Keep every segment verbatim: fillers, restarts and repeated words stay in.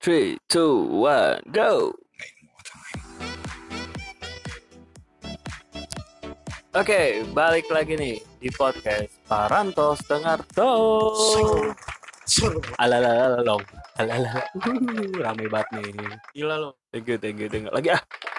three, two, one, go. Oke, balik lagi nih di podcast Parantos Dengar Tos. Alalalalong, alalala. Uhuh, rame banget nih. Gila lo. Thank you, thank you, thank you. Lagi ah.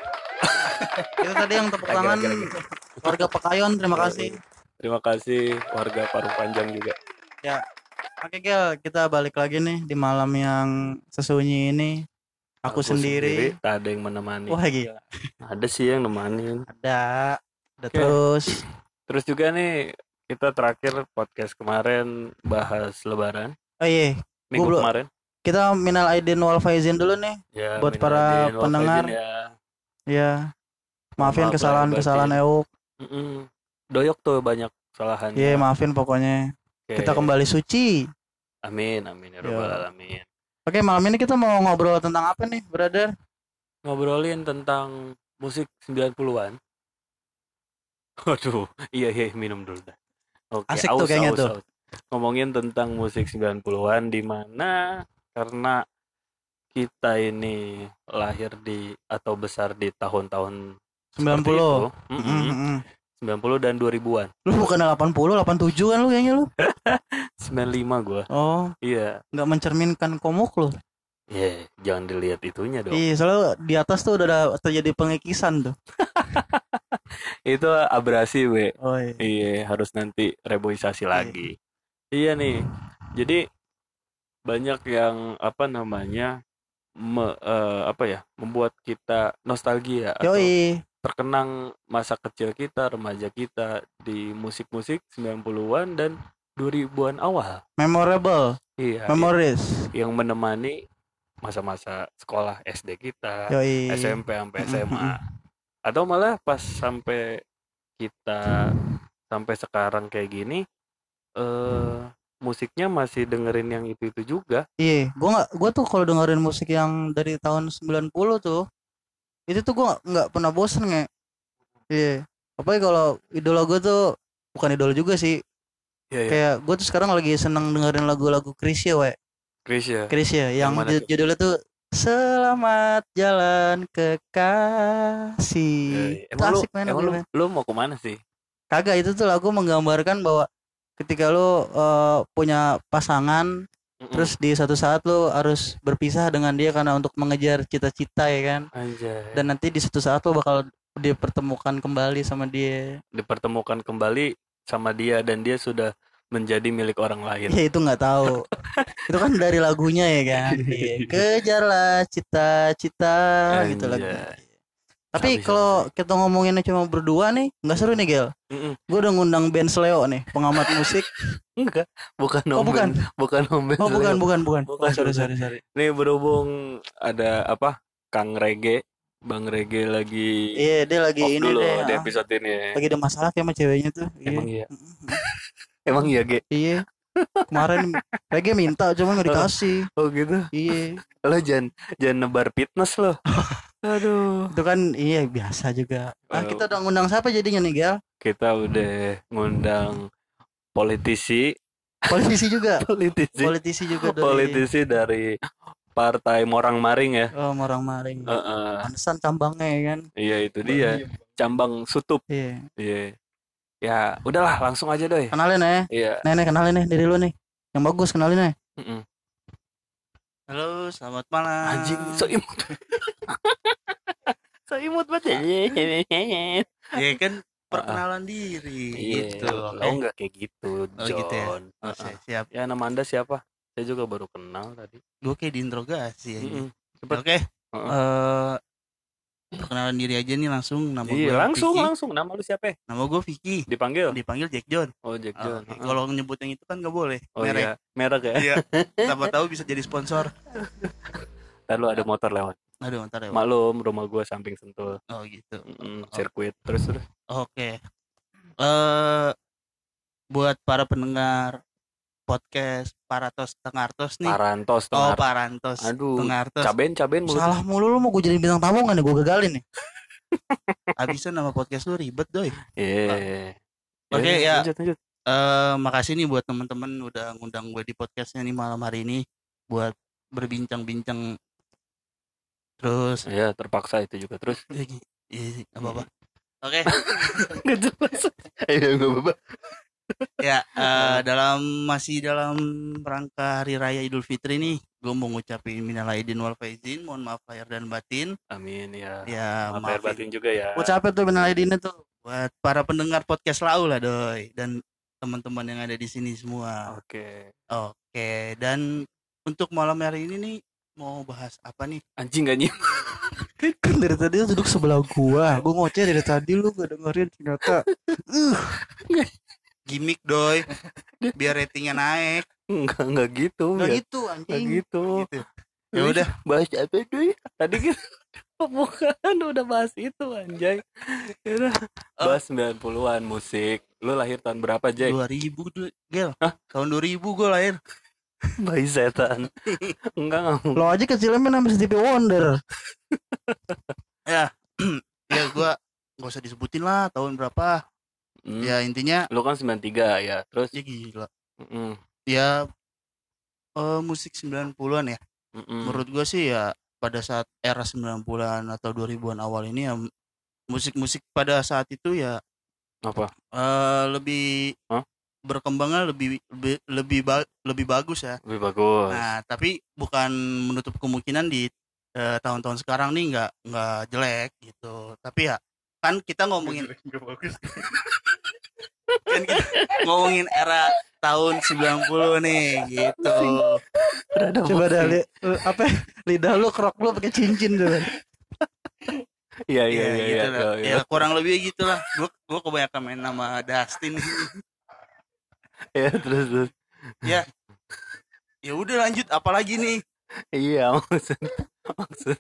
Itu tadi yang tepuk Lagi, tangan lagi, lagi. warga Pekayon, terima kasih. Terima kasih warga Parung Panjang juga. Ya. Oke Gel, kita balik lagi nih di malam yang sesunyi ini. Aku, Aku sendiri. tak ada yang menemani. Wah gila. Ada sih yang nemanin. Ada. Ada Oke. terus. Terus juga nih kita terakhir podcast kemarin bahas Lebaran. Oh iya. Minggu Gua belum- kemarin. Kita minal aidin wal faizin dulu nih. Ya, Buat minal para aidin wal pendengar. faizin ya. Ya. Maafin Maaf lahir kesalahan-kesalahan batin. Euk. Mm-mm. Doyok tuh banyak kesalahannya. Iya, maafin pokoknya. Oke. Kita kembali suci. Amin, amin ya Yo. rabbal alamin. Oke, malam ini kita mau ngobrol tentang apa nih, brother? Ngobrolin tentang musik sembilan puluhan. Waduh, iya iya minum dulu dah. Oke, Asik tuh aus, kayaknya aus, tuh. aus. Ngomongin tentang musik sembilan puluhan di mana karena kita ini lahir di atau besar di tahun-tahun sembilan seperti puluh. itu. Mm-mm. Mm-mm. sembilan puluh dan dua ribuan. Lu bukan delapan puluh, delapan puluh tujuh kan lu kayaknya lu? sembilan puluh lima gua. Oh, Iya. nggak mencerminkan komuk lu. Iya, jangan dilihat itunya dong. Iya, soalnya di atas tuh udah ada terjadi pengikisan tuh. Itu abrasi, we. Oh iya. Iya, harus nanti reboisasi lagi. Iya nih. Jadi banyak yang apa namanya me- eh, apa ya, membuat kita nostalgia atau Yoi. terkenang masa kecil kita, remaja kita di musik-musik sembilan puluhan dan dua ribuan awal. Memorable, Iya, memories. yang menemani masa-masa sekolah S D kita, Yoi. S M P sampai S M A. Atau malah pas sampai kita sampai sekarang kayak gini eh musiknya masih dengerin yang itu-itu juga. Iya, gua nggak, gua tuh kalau dengerin musik yang dari tahun sembilan puluh tuh, itu tuh gua nggak- nggak pernah bosen nge. Iya. Apalagi kalau idola gua tuh bukan idola juga sih. Iya, iya. Kayak gua tuh sekarang lagi seneng dengerin lagu-lagu Chrisye, we. Chris ya. Chrisye Yang yang mana ju- tuh? judulnya tuh Selamat Jalan Kekasih. Eh, Itu Emang lu, asik men, emang lagunya, lu, men. lu mau kemana sih? Kagak, itu tuh lagu menggambarkan bahwa ketika lu eh, punya pasangan, Mm-mm. terus di satu saat lu harus berpisah dengan dia karena untuk mengejar cita-cita ya kan. Anjay. Dan nanti di satu saat lu bakal dipertemukan kembali sama dia. Dipertemukan kembali sama dia dan dia sudah menjadi milik orang lain. Ya itu nggak tahu. Itu kan dari lagunya ya kan. Iya. Kejarlah cita-cita gitu Anjay. lagunya. Tapi Bisa, kalau kita ngomonginnya cuma berdua nih, nggak seru nih Gel. Mm-mm. Gue udah ngundang Ben Sleo nih, pengamat musik. Enggak, bukan Oh, Om bukan. Ben. Bukan Om Ben Oh bukan Sleo. bukan bukan. Bukan, Oh, sorry bukan. sorry sorry. Nih berhubung ada apa? Kang Rege, Bang Rege lagi Iya dia lagi off ini dulu deh. di ah. episode ini. Lagi ada masalah kayak sama ceweknya tuh. Emang Iya. iya? Emang iya, Ge? Iya. Kemarin Rege minta cuma nggak dikasih. Oh gitu. Iya. Lo jangan jangan nebar fitness lo. Aduh. Itu kan iya biasa juga. Ah Oh. kita udah ngundang siapa jadinya nih Gel? Kita udah ngundang politisi, Politisi juga. politisi, Politisi juga dari. politisi dari Partai Morang Maring ya. Oh Morang Maring. Heeh. Pantesan cambangnya ya kan. Iya itu dia. Cambang Sutup. Iya. Iya. Ya, udahlah langsung aja doi. Kenalin ya. Iya. Nenek kenalin nih diri lu nih. Yang bagus kenalin ya. Mm-mm. Halo, selamat malam. Anjing, so imut. So imut banget ya. Ya kan perkenalan diri Iya. gitu. Lo enggak kayak gitu, Oh, gitu ya? John. Oh, Heeh. siap, siap. Ya nama Anda siapa? Saya juga baru kenal tadi. Gue kayak diinterogasi ya. Mm-mm. Cepet. Oke. Heeh. Eh perkenalan diri aja nih langsung, nama gue Iya, langsung Vicky. langsung nama lu siapa? Nama gue Vicky. Dipanggil? Dipanggil Jack John. Oh, Jack Oh, John. oke. Heeh. Kalau nyebut yang itu kan gak boleh. Oh Merek. iya, merek ya. Iya. Siapa tahu bisa jadi sponsor. Lalu ada motor lewat. Aduh, ntar ya. Maklum, rumah gua samping Sentul. Oh gitu. Mm-mm, Oh. sirkuit terus terus. Oke. Eh buat para pendengar podcast Paratos Tengartos nih. Parantos Oh, Tengar. Parantos Aduh, Tengartos. caben caben mulut. Salah mulu lu mau gue jadi bintang tamu nggak nih? Gue gagalin nih. Habisan nama podcast lu ribet, doi. Iya. Oke, ya. Lanjut lanjut. Eh makasih nih buat teman-teman udah ngundang gue di podcastnya nih malam hari ini buat berbincang-bincang Terus Ya terpaksa itu juga terus. lagi iya nggak apa-apa. Oke. Nggak jelas. Ayo nggak apa-apa. Ya, eh, dalam masih dalam rangka Hari Raya Idul Fitri nih, gue mau ngucapin minal aidin wal faizin, mohon maaf lahir dan batin. Amin ya. Ya, Maaf lahir maafin batin juga ya. Gue capek tuh benar ini tuh. buat para pendengar podcast Lau lah, Doi, dan teman-teman yang ada di sini semua. Oke. Oke, dan untuk malam hari ini nih mau bahas apa nih? Anjing gak nyi. Kan dari tadi lu duduk sebelah gua. Gua ngoceh dari tadi lu gak dengerin ternyata. Gimik, Doi, biar ratingnya naik. Enggak enggak gitu. Gak ya. gitu Nggak anjing. gitu. Gitu. Ya udah, Bahas apa dulu? Tadi kan bukan udah bahas itu anjay. Ya udah. Bahas sembilan puluhan musik. Lu lahir tahun berapa, Jack? dua ribu tuh, Gel. Hah? Tahun dua ribu gue lahir. Bayi setan. Enggak enggak. Lo aja kecilnya main sama Stevie Wonder. Ya, ya gue gak usah disebutin lah tahun berapa. Hmm. Ya intinya Lu kan sembilan tiga ya. Terus ya gila. mm-mm, Ya eh, musik sembilan puluhan ya. mm-mm. Menurut gue sih ya pada saat era sembilan puluhan atau dua ribuan awal ini ya musik-musik pada saat itu ya Apa? eh, lebih Hah? berkembangnya lebih lebih lebih, ba- lebih bagus ya. Lebih bagus. Nah, tapi bukan menutup kemungkinan di eh, tahun-tahun sekarang nih nggak nggak jelek gitu. Tapi ya kan kita ngomongin kan kita ngomongin era tahun sembilan puluh nih gitu. Rada Coba dah pusing. li, li- apa ya, lidah lu kerok lu pakai cincin tuh. Iya iya Ya, iya gitu iya. lah. iya, iya. Ya kurang lebih gitulah. Gua gua kebanyakan main nama Dustin. Ya, terus terus. Ya. Ya udah lanjut apalagi nih? Iya maksud maksud.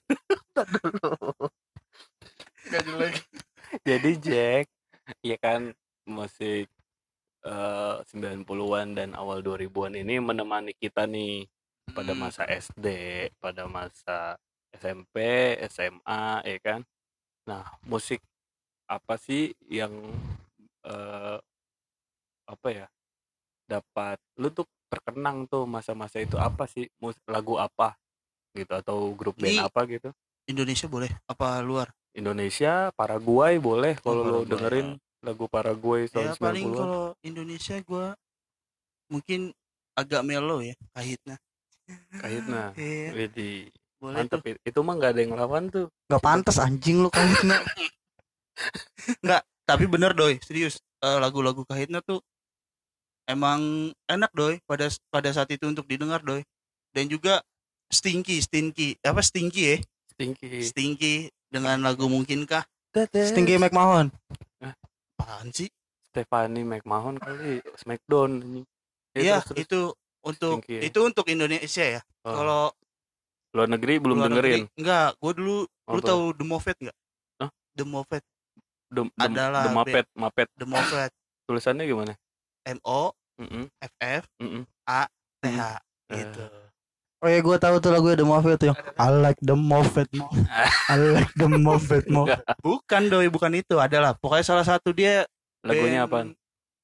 Enggak jelek. Jadi Jack, ya kan musik eh, sembilan puluhan dan awal dua ribuan ini menemani kita nih pada Hmm. masa S D, pada masa S M P, S M A, ya kan. Nah, musik apa sih yang eh, apa ya dapat lu tuh terkenang tuh masa-masa itu apa sih mus- lagu apa gitu atau grup band Ini apa gitu? Indonesia boleh apa luar? Indonesia, Paraguay boleh kalau Oh, lu Paraguay, dengerin lagu Paraguay tahun Ya sembilan paling puluhan. kalau Indonesia gua mungkin agak mellow ya kahitna. Kahitna. Iya, Widih. boleh Mantep tuh. itu. Itu mah nggak ada yang lawan tuh. Gak pantas anjing lu kahitna. Enggak, tapi bener Doi, serius. Eh, lagu-lagu kahitna tuh emang enak Doi pada pada saat itu untuk didengar Doi. Dan juga Stinky, Stinky, apa Stinky ya? Stinky. Stinky dengan lagu Mungkinkah? Stinky McMahon. Apaan sih? Stephanie McMahon kali Smackdown ini. Ya, Iya, terus, terus. itu untuk Stinky ya. itu untuk Indonesia ya. Oh. Kalau Luar negeri belum luar dengerin. negeri, enggak, gue dulu lu Apa? tahu The Moffat enggak? Hah? The Moffat, The, the, Adalah the Muppet, Muppet. The Moffat, Tulisannya gimana? M O Mm-mm, F F mm-mm. T H Eh. gitu. Oh ya gue tahu tuh lagu The Moffat tuh yang I like the Moffat mo. I like the Moffat mo. Enggak. Bukan Doi, bukan itu. Adalah pokoknya salah satu dia Lagunya band- apaan?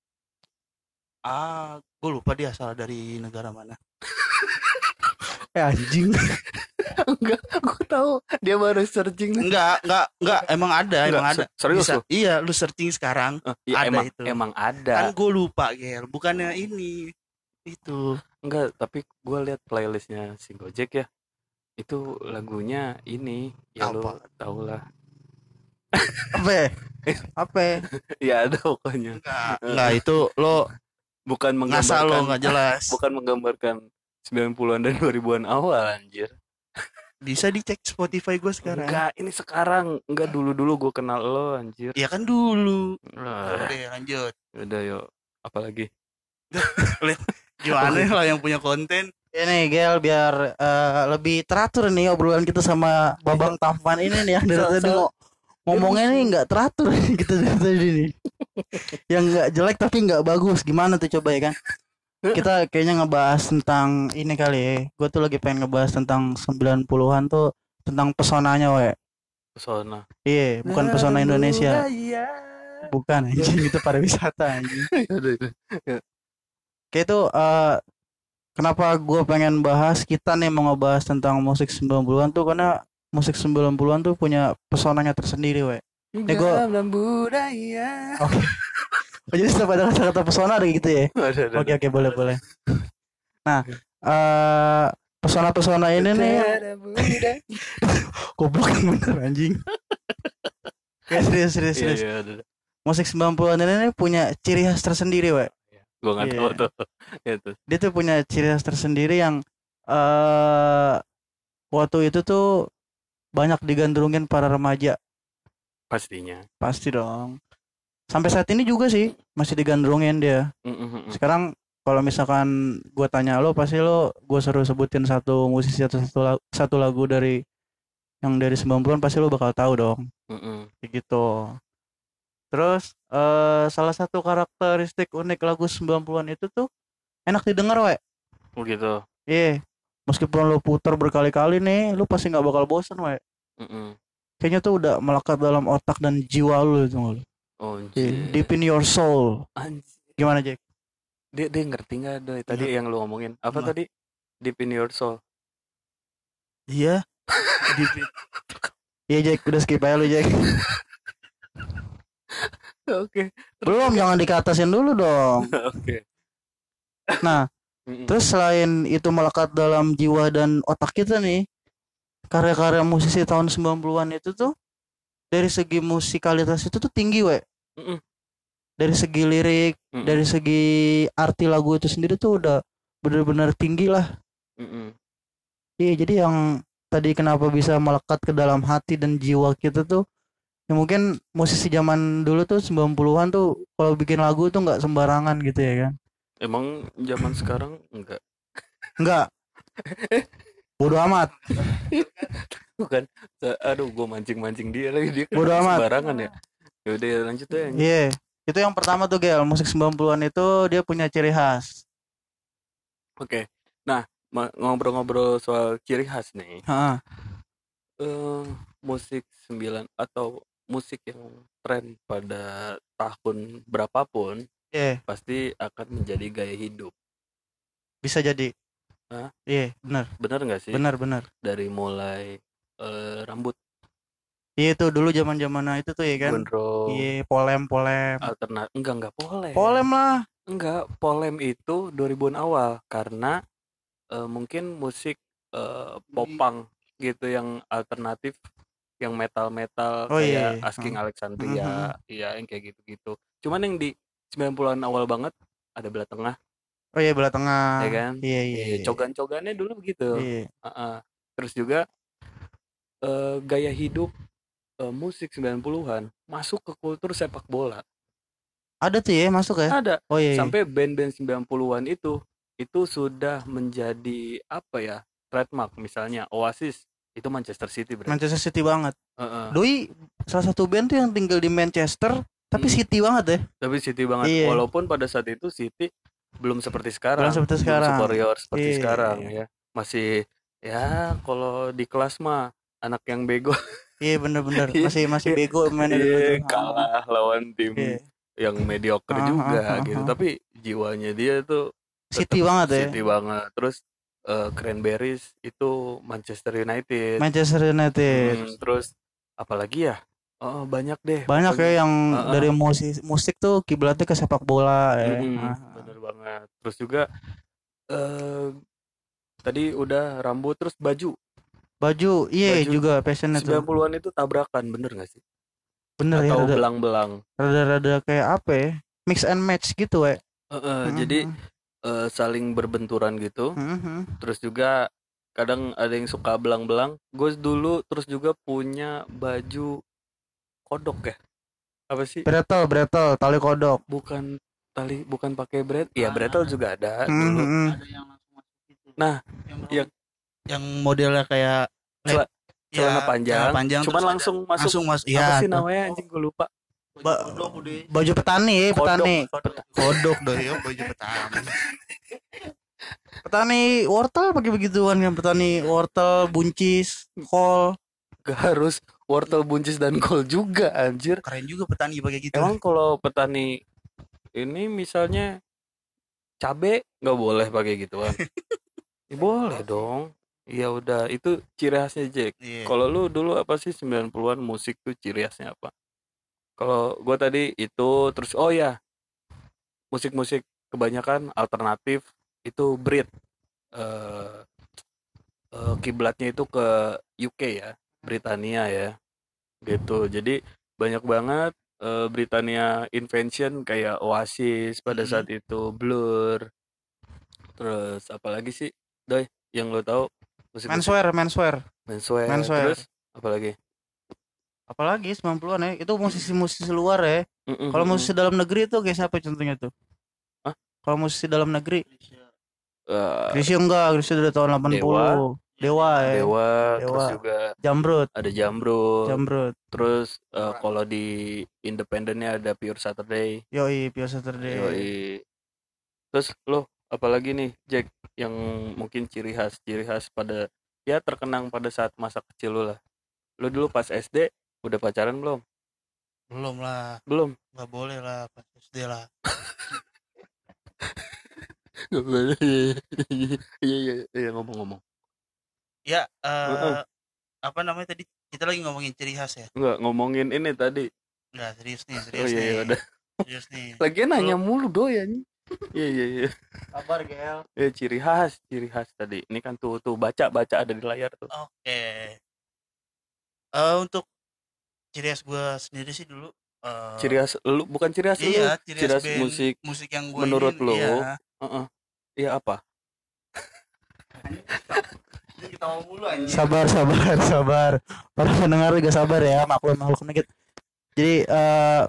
Ah, gue lupa dia asal dari negara mana. Eh anjing. Enggak, gue tahu. Dia baru searching. Enggak, enggak, enggak. Emang ada, Enggak, emang ada. se- serius Bisa. lu? Iya, lu searching sekarang. Eh, ya, Ada emang itu. emang ada. Kan gue lupa, Gel. Bukannya ini. Itu. Enggak, tapi gue lihat playlistnya si Gojek ya. Itu lagunya ini, ya lu Apa? tau lah. Apa? ya? Apa? ya? Ya ada pokoknya. Enggak, enggak itu lo Bukan ngasal lo menggambarkan enggak jelas. bukan menggambarkan sembilan puluhan dan dua ribuan awal anjir. Bisa dicek Spotify gue sekarang. Enggak, ini sekarang. Enggak dulu-dulu gue kenal lo anjir. Ya kan dulu. Ah, Oke, lanjut. udah yuk. Apalagi? Gimana lah yang punya konten? Ini Gel biar eh, lebih teratur nih obrolan kita sama Babang Tampan ini nih yang dari So- tadi so- ngo- ngomongnya nih nggak teratur kita dari tadi nih. Yang nggak jelek tapi nggak bagus. Gimana tuh coba ya kan? Kita kayaknya ngebahas tentang ini kali ya. Gue tuh lagi pengen ngebahas tentang sembilan puluhan tuh tentang pesonanya we. Pesona. Iya, bukan pesona Indonesia. Iya. Bukan anjing itu pariwisata anjing. Udah, udah. Kayak itu eh, kenapa gue pengen bahas kita nih mau ngebahas tentang musik sembilan puluhan tuh karena musik sembilan puluhan tuh punya pesonanya tersendiri, we. Eh, gua Dalam budaya. oke. Oh, jadi setiap ada kata-kata pesona ada gitu ya. Ada, ada, Oke ada. oke boleh boleh. Nah, eh pesona-pesona ini nih Dalam budaya. goblok yang bener anjing. Kayak serius serius Iya, serius. iya, ada, ada. Musik sembilan puluhan ini nih punya ciri khas tersendiri, we. Gua nggak Iya. tahu tuh. Itu. Dia tuh punya ciri khas tersendiri yang eh waktu itu tuh banyak digandrungin para remaja. Pastinya. Pasti dong. Sampai saat ini juga sih masih digandrungin dia. Mm, mm, mm. Sekarang kalau misalkan gue tanya lo, pasti lo gue suruh sebutin satu musisi atau satu lagu, satu lagu dari yang dari sembilan puluhan pasti lo bakal tahu dong. Mm, mm. Kayak gitu. Terus eh salah satu karakteristik unik lagu sembilan puluhan itu tuh enak didengar, we. Oh gitu. Iya. Meskipun lo putar berkali-kali nih, lo pasti nggak bakal bosan, we. Mm, mm. Kayaknya tuh udah melekat dalam otak dan jiwa lo itu, lo. Oh, Iya, anjir. deep in your soul. Anjir. Gimana, Jack? Dia dia ngerti nggak doi tadi Nggak. yang lu ngomongin? Apa Nggak. tadi? Deep in your soul. Iya. Deep in- Iya, Jack, udah skip aja lo, Jack. Oke. Belum, jangan dikatasin dulu dong. Oke. Nah, Mm, mm. terus selain itu melekat dalam jiwa dan otak kita nih, karya-karya musisi tahun sembilan puluhan itu tuh dari segi musikalitas itu tuh tinggi, we. Mm, mm. Dari segi lirik, Mm, mm. dari segi arti lagu itu sendiri tuh udah benar-benar tinggi lah. Mm, mm. Iya, jadi yang tadi kenapa bisa melekat ke dalam hati dan jiwa kita tuh, ya mungkin musisi zaman dulu tuh sembilan puluhan tuh kalau bikin lagu tuh nggak sembarangan gitu ya kan. Emang zaman sekarang enggak? Enggak. Bodoh amat. Bukan. Se- Aduh, gue mancing-mancing dia lagi, dia kan Bodo amat. sembarangan ya. Yaudah lanjut ya. Iya. Itu yang pertama tuh, Gel. Musik sembilan puluhan itu dia punya ciri khas. Oke. Nah, ma- ngobrol-ngobrol soal ciri khas nih. Heeh. Eh, musik sembilan atau musik yang tren pada tahun berapapun Iya, pasti akan menjadi gaya hidup. bisa jadi. Hah? Iya, benar. Bener nggak sih? Benar, benar. Dari mulai eh, rambut Iya itu dulu zaman-zaman itu tuh ya kan. gondrong, Iya, polem-polem. alternat enggak enggak polem. Polem lah. Enggak, polem itu dua ribuan awal karena eh, mungkin musik eh, popang gitu yang alternatif, yang metal-metal Oh, iya, kayak iya. Asking Hmm. Alexandria, iya yang kayak gitu-gitu. Cuman yang di sembilan puluhan awal banget ada belah tengah, Oh iya, belah tengah. ya kan? Iya, iya. Iya, iya. cogan-cogannya dulu begitu. Iya. Heeh. Terus juga eh, gaya hidup eh, musik sembilan puluhan masuk ke kultur sepak bola. Ada tuh ya masuk ya? Ada. Oh iya. iya. Sampai band-band sembilan puluhan itu itu sudah menjadi apa ya? Trademark, misalnya Oasis itu Manchester City berarti. Manchester City banget. Heeh. Doi salah satu band tuh yang tinggal di Manchester tapi Hmm. City banget ya. Tapi City banget. Iya. Walaupun pada saat itu City belum seperti sekarang. Belum seperti sekarang. superior seperti Iya. sekarang ya. Masih ya kalau di kelas mah anak yang bego. Iya bener-bener Iya. masih masih bego mainnya dulu Iya, tuh. kalah lawan tim Iya. yang mediocre Ah, juga ah, ah, gitu. ah. Tapi jiwanya dia tuh City tetap banget ya. City banget. Terus eh, Cranberries itu Manchester United. Manchester United. Hmm, terus apalagi ya? Oh, banyak deh. Banyak pokoknya. ya yang Ah, ah. dari musik musik tuh kiblatnya ke sepak bola ya. Mm-mm, Ah, ah. bener banget. Terus juga eh tadi udah rambut, terus baju. Baju, iya Baju juga fashionnya tuh. sembilan puluhan itu tabrakan, bener gak sih? Bener ya, Atau rada, belang-belang. rada-rada kayak apa ya? Mix and match gitu ya. Eh, eh, Jadi eh, saling berbenturan gitu. Mhm. Terus juga kadang ada yang suka belang-belang. Gue dulu terus juga punya baju kodok ya. Apa sih? Bretel, bretel, tali kodok. Bukan tali, bukan pakai bret. Iya, bretel juga ada dulu. Mhm. Ada yang langsung masuk gitu. Nah, yang, yang- yang modelnya kayak Cela- ya, celana panjang, celana panjang cuman terus ada- langsung masuk. langsung masuk. Apa Iya. sih namanya anjing, gue lupa. Ba- Kodok udah. Baju petani ya, petani. Kodok doh ya, baju petani. Petani wortel pakai begituan kan, petani wortel, buncis, kol. Gak harus wortel, buncis dan kol juga anjir. Keren juga petani pakai gitu. Emang kalau petani ini misalnya cabe nggak boleh pakai gituan? Ya, boleh dong. Iya udah, itu ciri khasnya Jack. Iya. Kalau lu dulu apa sih sembilan puluhan musik tuh ciri khasnya apa? Kalau gua tadi itu terus oh ya, musik-musik kebanyakan alternatif itu Brit. Eh eh, kiblatnya itu ke U K ya, Britania ya. Gitu. Jadi banyak banget eh, Britania Invention kayak Oasis pada Mhm. saat itu, Blur. Terus apalagi sih, Doi, yang lo tahu musik-musik Menswear, menswear, menswear, menswear. terus apalagi? Apalagi sembilan puluhan ya. Itu musisi-musisi luar ya. Mm-mm, Kalau mm-mm. musisi dalam negeri itu kayak siapa contohnya tuh? Hah? Kalau musisi dalam negeri, Eh, Chrisye enggak, Chrisye dari tahun delapan Dewa, puluh. Dewa ya. Dewa, terus Dewa. juga Jambrut, ada Jambrut, Jambrut. terus eh, kalau di independennya ada Pure Saturday, Yoi, Pure Saturday. yoi. Terus lo apalagi nih Jack yang mungkin ciri khas ciri khas pada ya terkenang pada saat masa kecil lo lah. Lo dulu pas S D udah pacaran belum? Belum lah, Belum. nggak boleh lah pas S D lah. Gak boleh. Iya iya iya ngomong-ngomong. Ya, Heeh. eh apa namanya tadi? Kita lagi ngomongin ciri khas ya. Enggak ngomongin ini tadi. Nggak, serius nih, Oh serius iya iya nih. udah. Serius nih. Lagian nanya Lu- mulu doyan. Iya iya iya. Sabar, Gel. Ya ciri khas, ciri khas tadi. Ini kan tuh tuh baca baca ada di layar tuh. Oke. Eh untuk ciri khas gue sendiri sih dulu. eh Ciri khas lu bukan ciri khas lu, iya, ciri ciri khas khas band musik musik yang gue menurut ini. lu. Iya. Heeh. Iya apa? Kita mau mulu anjing. Sabar, sabar, sabar. Para pendengar juga sabar ya, maklum maklum dikit. Jadi eh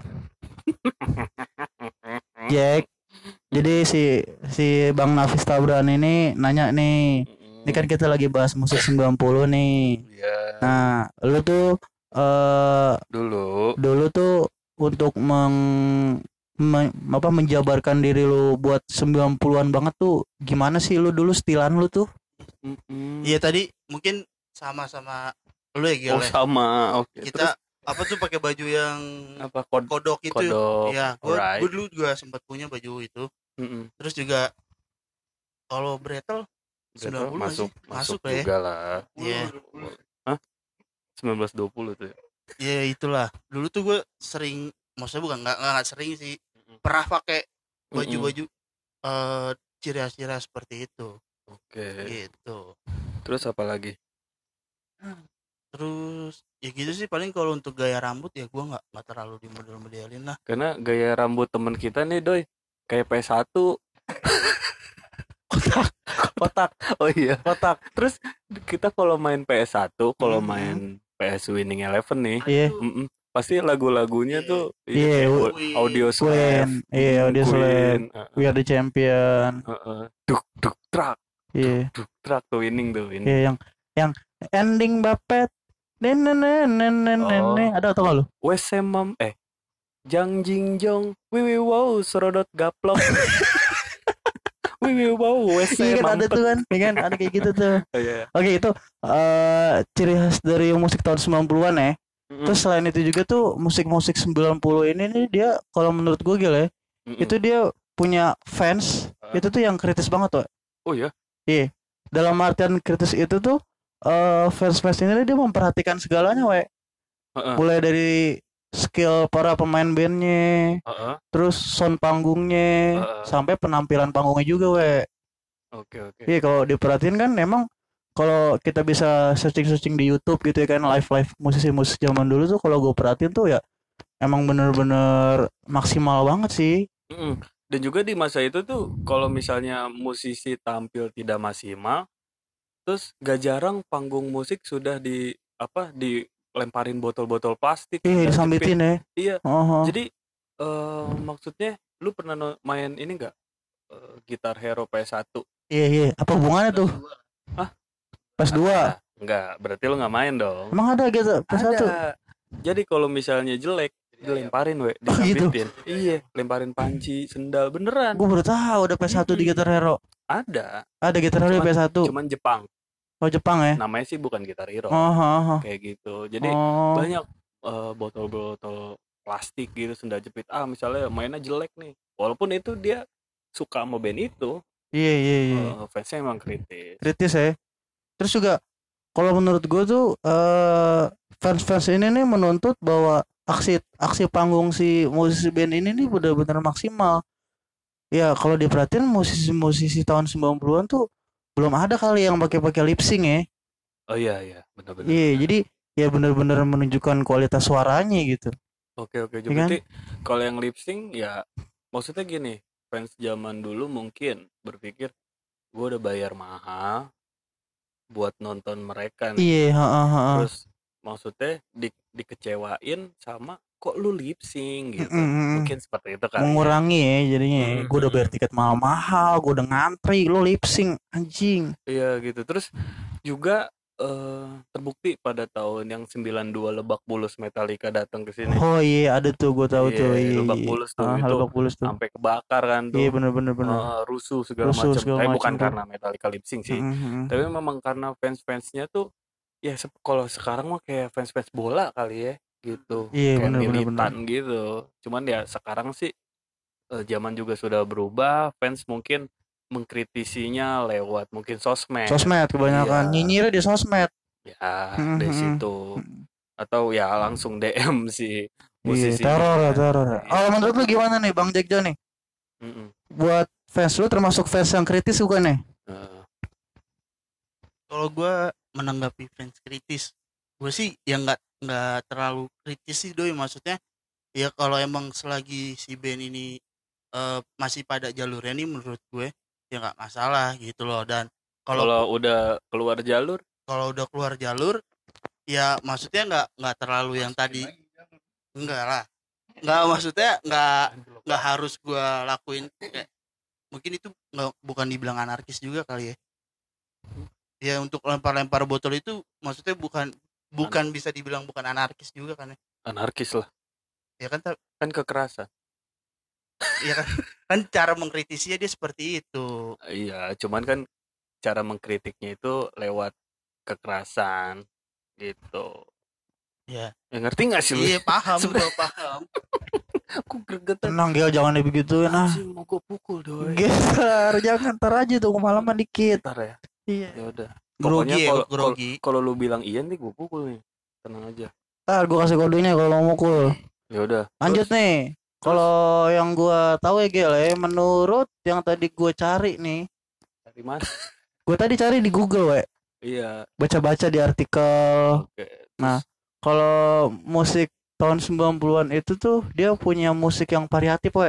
Jack, jadi si si Bang Nafis Tabran ini nanya nih. Ini kan kita lagi bahas musik sembilan puluh nih. Iya. Nah, lu tuh eh Dulu dulu tuh untuk meng me- apa menjabarkan diri lu buat sembilan puluhan banget tuh gimana sih lu dulu stilan lu tuh? mm-mm. Iya tadi mungkin sama-sama lu ya Gil Oh ya. sama. Oke. Kita Terus apa tuh pakai baju yang apa kod kodok itu. kodok. Ya, gue Alright. dulu juga sempat punya baju itu. Mm-mm. Terus juga kalau Bretel sembilan Betul, puluh masuk masih masuk masuk lah ya. juga lah. Iya. Hah? sembilan belas dua puluh tuh ya. Ya itulah. Dulu tuh gue sering, maksudnya bukan nggak nggak sering sih, pernah pakai baju-baju eh ciri khas-ciri khas seperti itu. Oke. Gitu. Terus apa lagi? Terus ya gitu sih, paling kalau untuk gaya rambut ya gue nggak nggak terlalu dimodel-modelin lah. Karena gaya rambut temen kita nih Doi kayak P satu. Kotak, kotak, Oh iya. kotak. Terus kita kalau main P S satu, kalau Mhm. main P S Winning Eleven nih, Iya. mm-mm, pasti lagu-lagunya Iya. tuh Iya, kayak w- au- audio Queen, slave, iya, mm, audio Queen, slave. uh-uh, We are the champion. uh-uh. Duk duk trak, Iya, duk trak tuh winning tuh winning. iya yang yang ending Bapet. Nenenenenenene. Oh. Ada atau nggak lu? Wesemam eh Jang Jing Jong, wiwi wow serodot gaplok. Wiwi wow Iya kan ada Wesemam. tuh kan, iya kan ada kayak gitu tuh. Iya. Oke itu eh ciri khas dari musik tahun sembilan puluhan ya. Mm-mm, Terus selain itu juga tuh musik-musik sembilan puluh ini nih dia kalau menurut gue Gil ya, mm-mm. itu dia punya fans Ah. itu tuh yang kritis banget tuh. Oh ya. Iya. Dalam artian kritis itu tuh eh fans-fans ini dia memperhatikan segalanya, we. Heeh. Mulai dari skill para pemain bandnya, Heeh. terus sound panggungnya, Heeh. sampai penampilan panggungnya juga, we. Oke oke. Iya kalau diperhatiin kan emang kalau kita bisa searching-searching di YouTube gitu ya kan live-live musisi-musisi zaman dulu tuh kalau gue perhatiin tuh ya emang bener-bener maksimal banget sih. Mm-mm. Dan juga di masa itu tuh kalau misalnya musisi tampil tidak maksimal, terus gak jarang panggung musik sudah di apa dilemparin botol-botol plastik, Iya sendal disambitin jepit. ya. Iya. Oh, Jadi eh maksudnya lu pernah no- main ini enggak? Gitar Hero P S satu? iya iya. Apa hubungannya tuh? Hah? P S dua. Enggak, berarti lu nggak main dong. Emang ada gitu P S satu? Ada. Jadi kalau misalnya jelek dilemparin we, Oh, gitu? disambitin. Iya, lemparin panci, sendal beneran. Gue baru tahu ada P S satu di Guitar Hero. Ada. Ada Guitar Hero di Cuman- P S satu. Cuman Jepang. Oh Jepang ya? Namanya sih bukan Gitar Hero. Oh, oh, oh. Kayak gitu. Jadi Oh. banyak eh, botol-botol plastik gitu sendal jepit. Ah, misalnya mainnya jelek nih. Walaupun itu dia suka sama band itu, Iya iya iya. eh, fansnya emang kritis. Kritis ya. Terus juga kalau menurut gue tuh eh fans-fans ini nih menuntut bahwa aksi aksi panggung si musisi band ini nih benar-benar maksimal. Ya kalau diperhatiin musisi-musisi tahun sembilan puluhan tuh belum ada kali yang pakai-pakai lip sync ya. Oh iya iya, benar-benar. Iya, benar. jadi ya benar-benar menunjukkan kualitas suaranya gitu. Oke oke. Ya kan? Berarti kalau yang lip sync ya maksudnya gini, fans zaman dulu mungkin berpikir gue udah bayar mahal buat nonton mereka nih. Iya, heeh, heeh. Terus maksudnya di, dikecewain sama kok lu lip sync gitu. Mm-mm. Mungkin seperti itu kali ya. Mengurangi ya jadinya. Mm-mm. Gue udah bayar tiket mahal-mahal, gue udah ngantri, lo lip sync anjing. Iya gitu. Terus juga eh, terbukti pada tahun yang sembilan puluh dua Lebak Bulus Metallica datang ke sini. Oh iya, ada tuh gue tahu Iya, tuh. Iya, Lebak iya. Bulus tuh Ah, itu Lebak Bulus tuh. sampai kebakar kan tuh. Iya, bener-bener bener. Eh, rusuh segala Rusuh macam. segala Tapi macam bukan tuh. karena Metallica lip sync sih. Mm-mm. Tapi memang karena fans-fansnya tuh ya sep- kalau sekarang mah kayak fans-fans bola kali ya gitu. Iya, Kayak bener-bener militan gitu. Cuman ya sekarang sih eh, zaman juga sudah berubah. Fans mungkin mengkritisinya lewat mungkin sosmed. Sosmed kebanyakan. Iya. Nyinyirnya di sosmed. Ya, Mm-mm. dari situ. Atau ya langsung D M si Iya, musisi. teror ya, teror. Oh, menurut lu gimana nih Bang Jack John nih? Mm-mm. Buat fans lu termasuk fans yang kritis bukan nih? Eh, Kalau gue menanggapi fans kritis, gue sih ya nggak nggak terlalu kritis sih doi, maksudnya ya kalau emang selagi si band ini eh, masih pada jalurnya nih menurut gue ya nggak masalah gitu loh. Dan kalau kalau udah keluar jalur, kalau udah keluar jalur ya maksudnya nggak nggak terlalu yang tadi, enggak lah, nggak maksudnya nggak nggak harus gue lakuin kayak, mungkin itu nggak, bukan dibilang anarkis juga kali ya. Ya untuk lempar-lempar botol itu maksudnya bukan bukan bisa dibilang bukan anarkis juga kan ya. anarkis lah. Ya kan ta- Kan kekerasan. ya kan kan cara mengkritisinya dia seperti itu. Iya, cuman kan cara mengkritiknya itu lewat kekerasan gitu. Ya. Ya ngerti gak sih lu? Iya paham Sebe- gue paham. Aku gregetan. Tenang Gel, jangan digituin ah. Anjing mau gue pukul doi. Geser, jangan ntar aja tuh kemalaman dikit. Ntar ya. Iya. Ya udah. Grogi Pokoknya ya, kalau grogi. kalau- kalau lu bilang iya nih gue pukul nih. Tenang aja. Ntar gue kasih kodenya kalau mau mukul. Ya udah. Lanjut Terus, nih. Kalau yang gua tahu ya Gel ya, menurut yang tadi gue cari nih, dari mana? gue tadi cari di Google we, Iya. baca-baca di artikel. Oke. Nah, kalau musik tahun sembilan puluhan itu tuh dia punya musik yang variatif we.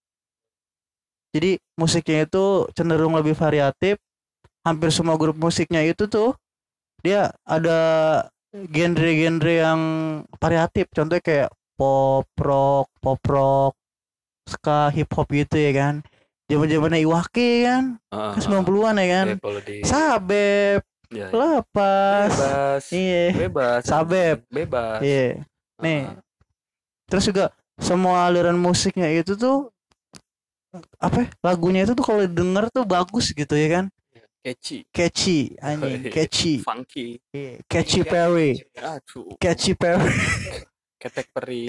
Jadi musiknya itu cenderung lebih variatif. Hampir semua grup musiknya itu tuh dia ada genre-genre yang variatif. Contohnya kayak pop rock, pop rock, ska, hip hop gitu ya kan. Zaman-zamannya Iwake kan, Ah, kan sembilan puluhan ya kan. eh, kalau di Sabep, ya, ya. lepas. Bebas. Iya. Bebas. Sabep. Bebas. Iya. Nih. Ah, Terus juga semua aliran musiknya itu tuh apa ya, lagunya itu tuh kalau didengar tuh bagus gitu ya kan, catchy. catchy anjing, catchy. Funky. Iya, Catchy Perry, Aduh. Catchy Perry. Ketek peri.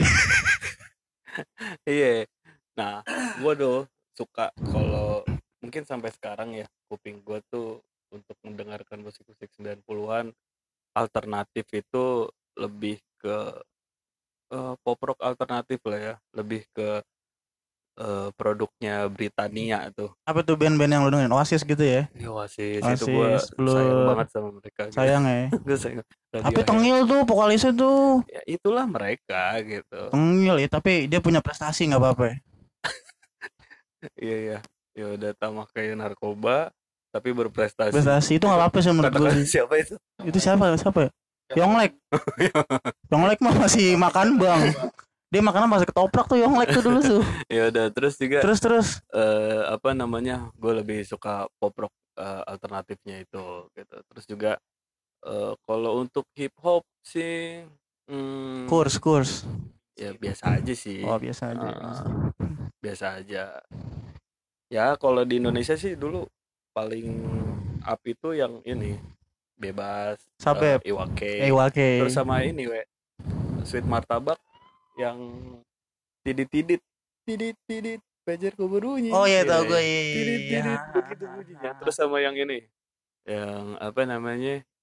Iya. Nah, gue tuh suka kalau mungkin sampai sekarang ya kuping gue tuh untuk mendengarkan musik-musik sembilan puluhan alternatif itu lebih ke eh, pop rock alternatif lah ya, lebih ke eh, produknya Britania tuh. Apa tuh band-band yang lu dengerin? Oasis gitu ya? Ya Oasis, itu gue Oasis, Blur. sayang banget sama mereka. gitu. Sayang ya. Gue sayang. Tapi Radiohead. tengil tuh vokalisnya tuh. Ya itulah mereka gitu. Tengil ya, tapi dia punya prestasi nggak apa-apa ya. Iya iya. Ya udah tamak kayak narkoba tapi berprestasi. Prestasi itu nggak apa-apa sih menurut gue Katakan sih. siapa itu? Itu siapa? Siapa ya? Yonglek. Yonglek mah masih makan bang. Dia makannya masih ketoprak tuh Yonglek tuh dulu tuh. Ya udah terus juga Terus terus. eh, apa namanya? Gue lebih suka pop rock eh, alternatifnya itu gitu. Terus juga eh, kalau untuk hip hop sih hmm, Kurs kurs. ya biasa aja sih. Oh biasa aja. Eh, biasa aja. Ya kalau di Indonesia sih dulu paling up itu yang ini bebas, Sabep. eh, Iwake. Iwake. Terus sama ini we Sweet Martabak yang tidit-tidit tidit-tidit pajarku berbunyi. Oh iya Gitu. tau gue. Iya. Tidit-tidit begitu bunyinya. Terus sama yang ini yang apa namanya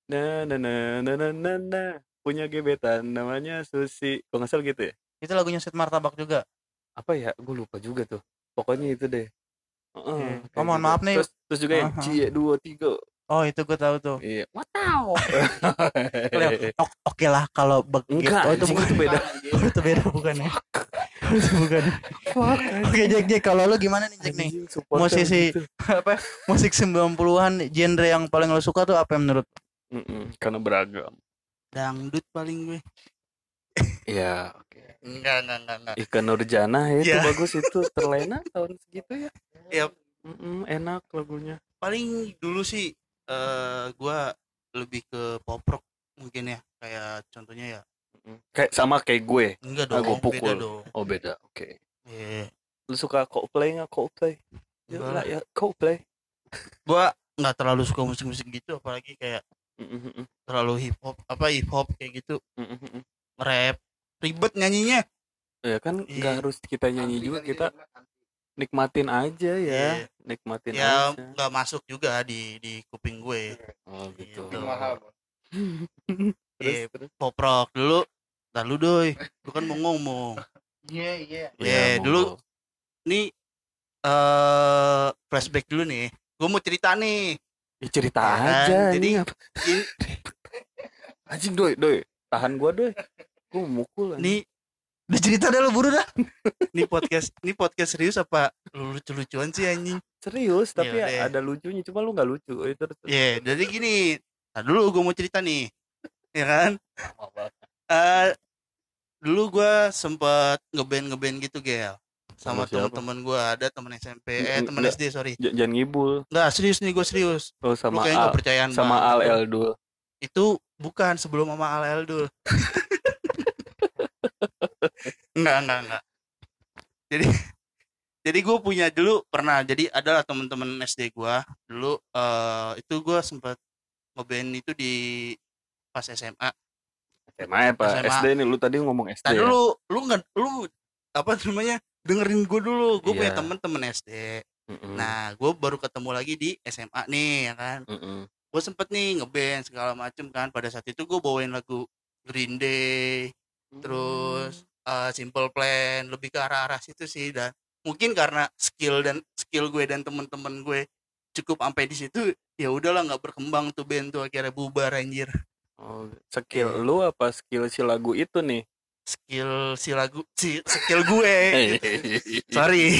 na na na na na na na. Punya gebetan namanya Susi. Kok nggak salah gitu ya? Itu lagunya Sweet Martabak juga. Apa ya? Gue lupa juga tuh. Pokoknya itu deh. Heeh, Iya. kayak Oh, mohon gitu. maaf nih. Terus, terus juga yang Aha. cie dua tiga. Oh, itu gue tahu tuh. Iya. Watau. Leo, o- Oke lah kalau beg- Enggak, oh itu anjing, bukan itu beda. Oh, itu beda bukan ya? Oh, itu bukan. Oke, Jack, Jack, kalau lu gimana nih, Jack nih? Anjing, supporter Musisi gitu. apa? Musik sembilan puluhan genre yang paling lo suka tuh apa yang menurut? Mm-mm, karena beragam. Dangdut paling gue. Ya, oke. Enggak, enggak, enggak, enggak. Ika Nurjana ya, itu Ya. bagus itu. Terlena tahun segitu ya. Ya, Mm-mm, enak lagunya. paling dulu sih eh gua lebih ke pop rock mungkin ya. Kayak contohnya ya. Mm-mm. Kayak sama kayak gue. Enggak Ah, dong, gua beda pukul. dong. Oh beda, oke. Iya. Lu suka Coldplay nggak? Coldplay? Ya, Enggak lah, lah. ya Coldplay. Gua nggak terlalu suka musik-musik gitu, apalagi kayak Mm-mm, terlalu hip hop, apa hip hop kayak gitu, mm-mm. rap, ribet nyanyinya. Ya kan Iya. nggak harus kita nyanyi juga, kita nikmatin aja ya, Iya. nikmatin Ya aja. nggak masuk juga di di kuping gue. Oh gitu. Gitu. Terus, Iya, terus. pop rock dulu. Lalu doi, lu kan mau ngomong. Iya, iya. Iya, Ya, dulu monggo. nih eh flashback dulu nih. Gue mau cerita nih. Ya, cerita Ya kan, aja. jadi- Ini apa? Anjing doi, doi. Tahan gua doi. Gua mau mukul. anjing. Nih udah cerita dah lu buru dah. Nih podcast, nih podcast serius apa lu lucu-lucuan sih anjing? Serius, tapi Iya, deh. ada lucunya. Cuma lu nggak lucu. Oh, itu terus. Iya, jadi gini. Nah, dulu gue mau cerita nih. Ya kan? Eh dulu gue sempet ngeband ngeband gitu Gel, sama Sama siapa? teman-teman gue. Ada teman S M P, eh Nggak- teman nggak. S D sorry. J- jangan ngibul. Nggak serius nih, gue serius. Oh Lu sama kayaknya Al, nggak percayaan sama banget. Al Eldul. Itu bukan sebelum sama Al Eldul. Enggak, enggak, enggak. Jadi jadi gue punya dulu pernah, jadi adalah teman-teman S D gue dulu eh itu gue sempet ngeband itu di pas S M A. S M A apa? S M A. S D nih, lu tadi ngomong S D. Tadi ya? lu lu nggak lu apa namanya dengerin gue dulu. Gue punya Iya. temen-temen S D. Mm-mm, Nah gue baru ketemu lagi di S M A nih ya kan. mm-mm. Gue sempet nih ngeband segala macem kan. Pada saat itu gue bawain lagu Green Day, terus uh, Simple Plan, lebih ke arah-arah situ sih. Dan mungkin karena skill dan skill gue dan temen-temen gue cukup sampai di situ, ya udahlah nggak berkembang tuh band tuh, akhirnya bubar anjir. Oh, skill Iya. lu apa skill si lagu itu nih? Skill si lagu si skill gue. Sorry.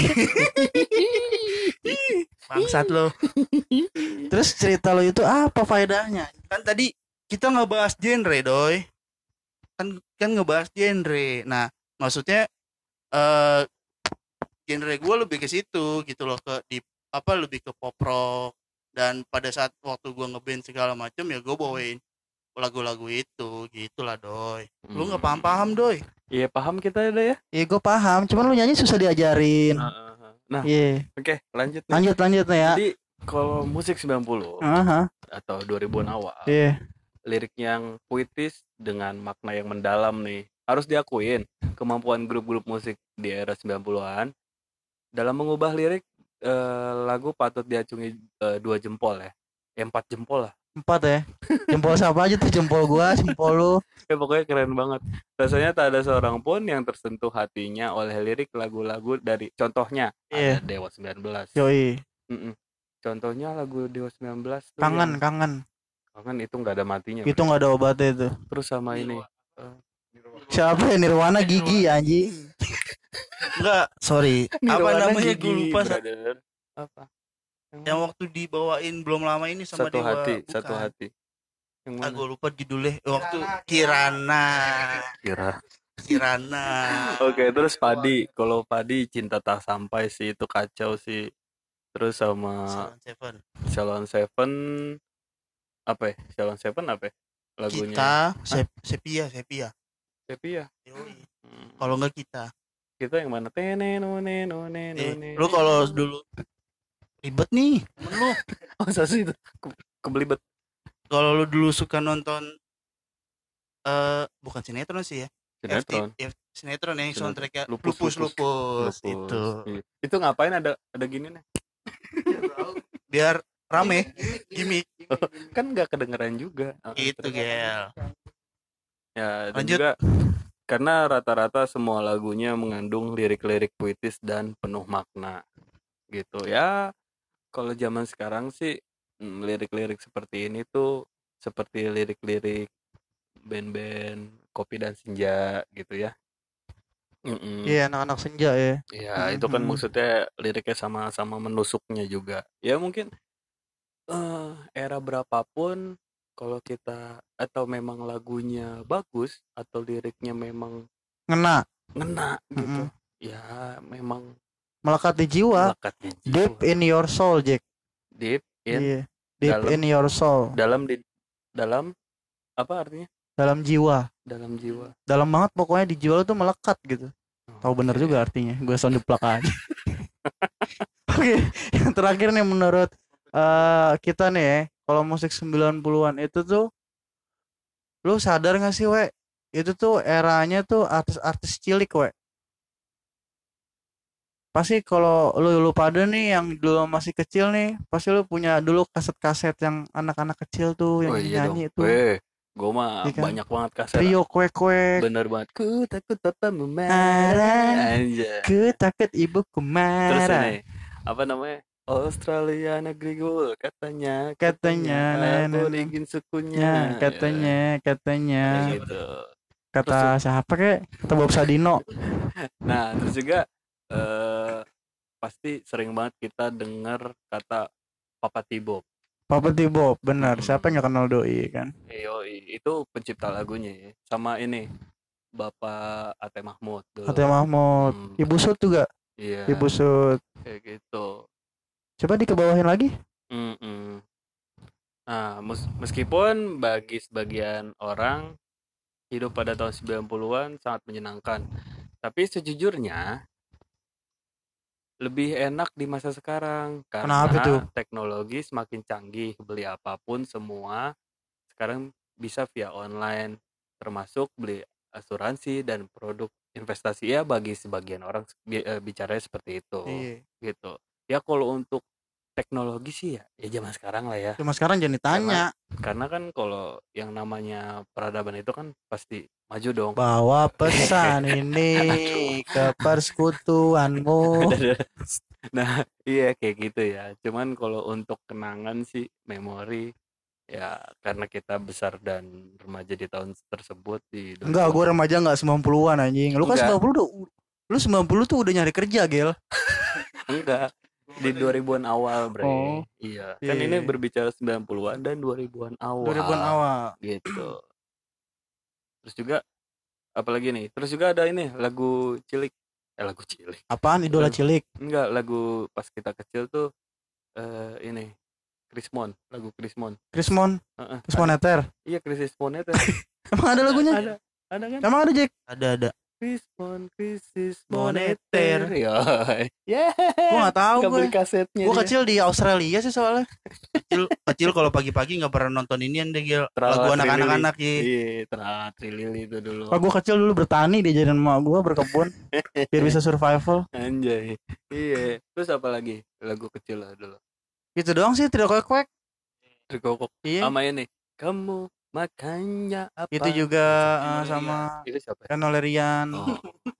Bangsat lo. Terus cerita lo itu apa faedahnya? Kan tadi kita ngebahas genre, Doy. Kan kan ngebahas genre. Nah, maksudnya eh genre gue lebih ke situ gitu loh, ke di apa lebih ke pop rock. Dan pada saat waktu gue ngeband segala macam ya gue bawain lagu-lagu itu gitulah, Doy. Lu nggak paham-paham, Doy. Iya paham kita ada ya. Iya, gue paham. Cuman lu nyanyi susah diajarin. Nah, Iya. oke lanjut nih. Lanjut, lanjut nih ya. Jadi kalau musik sembilan puluh Aha. atau dua ribuan awal, Iya. lirik yang puitis dengan makna yang mendalam nih. Harus diakuin kemampuan grup-grup musik di era sembilan puluhan dalam mengubah lirik eh, lagu patut diacungi eh, dua jempol ya. Eh, empat jempol lah. Empat ya. Jempol siapa aja tuh? Jempol gua, jempol lu. Ya pokoknya keren banget. Rasanya tak ada seorang pun yang tersentuh hatinya oleh lirik lagu-lagu dari contohnya Iya. ada Dewa sembilan belas. Yoi. Mm-mm. Contohnya lagu Dewa sembilan belas tuh Kangen, yang- kangen. kangen itu nggak ada matinya. Itu nggak ada obatnya itu. Terus sama ini Siapa ya? Nirwana Gigi anjing. Enggak, sorry. Apa Nirwana namanya Gigi, gue lupa. Sa- brother. Apa? Yang waktu dibawain belum lama ini sama satu Dewa. hati, Bukan. satu hati. Yang Ah, mana? gue lupa judulnya. Waktu Kirana. Kira. Kirana. Oke, terus Padi. Kalau Padi cinta tak sampai sih itu kacau sih. Terus sama Salon Seven. Salon Seven apa ya? Salon Seven apa ya? Lagunya. Kita Sep- Sepia, Sepia. Tapi ya. Yoi. Hmm. Kalau enggak kita. Kita yang mana? Tene none none Eh, none. lu kalau dulu ribet nih, temen lu. Oh, sih itu. Ke- Kebelibet. Kalau lu dulu suka nonton eh bukan sinetron sih ya. Sinetron. F T F sinetron yang Sinetron. soundtracknya Lupus, Lupus Lupus, Lupus. itu. Iya. Itu ngapain ada ada gini nih? Biar rame gimmick Kan nggak kedengeran juga. Ah, itu terus. gel. Ya, dan Lanjut. juga karena rata-rata semua lagunya mengandung lirik-lirik puitis dan penuh makna gitu ya. Kalau zaman sekarang sih mm, lirik-lirik seperti ini tuh seperti lirik-lirik band-band Kopi dan Senja gitu ya. Mm-mm. Iya, anak-anak senja ya. Ya, itu kan Mhm. maksudnya liriknya sama-sama menusuknya juga. Ya mungkin eh era berapapun kalau kita atau memang lagunya bagus atau liriknya memang Ngena. ngena gitu. Mhm. Ya, memang Melekat di jiwa. melekat di Deep jiwa. in your soul, Jack. Deep in Iya. Deep dalam in your soul. dalam di dalam apa artinya? Dalam jiwa. Dalam jiwa. Dalam banget pokoknya di jiwa lu tuh melekat gitu. Tahu bener Oke. juga artinya. Gue sound plak aja. Oke, yang terakhir nih menurut eh, kita nih ya, kalau musik sembilan puluhan itu tuh lu sadar gak sih, we? Itu tuh eranya tuh artis-artis cilik, we. Pasti kalau lu lu pada nih yang dulu masih kecil nih, pasti lu punya dulu kaset-kaset yang anak-anak kecil tuh yang Oh iya dong. nyanyi tuh, Weh, gue mah iya kan? banyak banget kaset. Trio kuek-kuek. Bener banget. Ku takut papamu Marah. marah. Anjay. Ku takut ibuku Terus marah. ini apa namanya? Australia negeri gul katanya Katanya, katanya nah, nah, aku nah. ingin sukunya. Ya, katanya, katanya. Kayak gitu. Kata siapa kek? Kata Bob Sadino. Nah, terus juga eh pasti sering banget kita dengar kata Papa T-Bob. Papa T-Bob, benar. Hmm. Siapa yang gak kenal doi kan? Yoi, itu pencipta lagunya ya. Sama ini Bapak Ate Mahmud dulu. Ate Mahmud. Hmm, Ibu Sud juga. iya, Ibu Sud. kayak gitu. Coba dikebawahin lagi. Mm-mm. Nah, mes- meskipun bagi sebagian orang hidup pada tahun sembilan puluhan sangat menyenangkan, tapi sejujurnya lebih enak di masa sekarang Kenapa karena tuh? teknologi semakin canggih, beli apapun semua sekarang bisa via online, termasuk beli asuransi dan produk investasi ya bagi sebagian orang bi- eh, bicaranya seperti itu Iya. gitu. Ya kalau untuk teknologi sih ya ya zaman sekarang lah ya. Cuma sekarang jangan ditanya. Karena kan kalau yang namanya peradaban itu kan pasti maju dong. Bawa pesan ini ke persekutuanmu. Nah, iya kayak gitu ya. Cuman kalau untuk kenangan sih memori ya karena kita besar dan remaja di tahun tersebut di Enggak, gue remaja enggak sembilan puluhan anjing. Lu kan Enggak. sembilan puluh udah lu sembilan puluh tuh udah nyari kerja, Gel. enggak di dua ribuan awal, Bre. Oh, Iya. Kan iya. ini berbicara sembilan puluhan dan dua ribuan awal. dua ribuan awal. Gitu. Terus juga apalagi nih? Terus juga ada ini lagu cilik. Eh lagu cilik. Apaan idola cilik? Enggak, lagu pas kita kecil tuh eh ini Krismon, lagu Krismon. Krismon, Heeh. Krismon Eter. Iya, Krismon itu. Emang ada lagunya? Ada. Ada kan? Emang ada, Jack? Ada ada. Krismon, krisis Moneter. moneter. Ya. Yeah. Gua enggak tahu Nggak gue. beli kasetnya. Gue dia. kecil di Australia sih soalnya. Kecil kecil kalau pagi-pagi nggak pernah nonton inian deh Gil. Trala Lagu anak-anak Trilili. ya. Iya, Trala Trilili itu dulu. Kalau gue kecil dulu bertani diajarin emak gue berkebun biar bisa survival. Anjay. Iya. Terus apa lagi? Lagu kecil lah dulu. Gitu doang sih, tidak kuek-kuek. Terkokok. Iya. Sama ini. Kamu makannya apa? Itu juga uh, sama Itu siapa? Eno Lerian. Oh,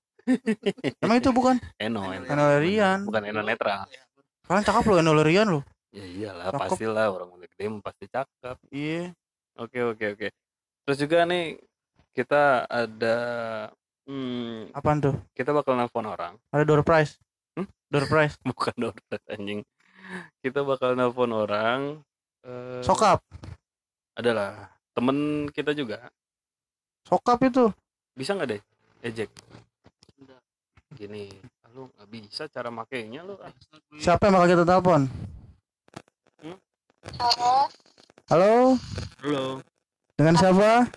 Emang itu bukan? Eno, Eno. Eno Lerian. Bukan Eno Netra. Kalian cakep loh Eno Lerian loh. Ya iyalah, Cakep. pastilah orang udah gede mah pasti cakep. Iya. Oke, oke, oke. Terus juga nih kita ada hmm, Apaan tuh? kita bakal nelfon orang. Ada door prize. Hmm? Door prize. Bukan download anjing. Kita bakal nelfon orang eh, Sokap. adalah temen kita juga. Sokap itu. Bisa nggak deh ejek gini, lu nggak bisa cara makainya lu. Siapa yang bakal kita telepon? Hmm? Halo, Halo. Halo. Dengan siapa?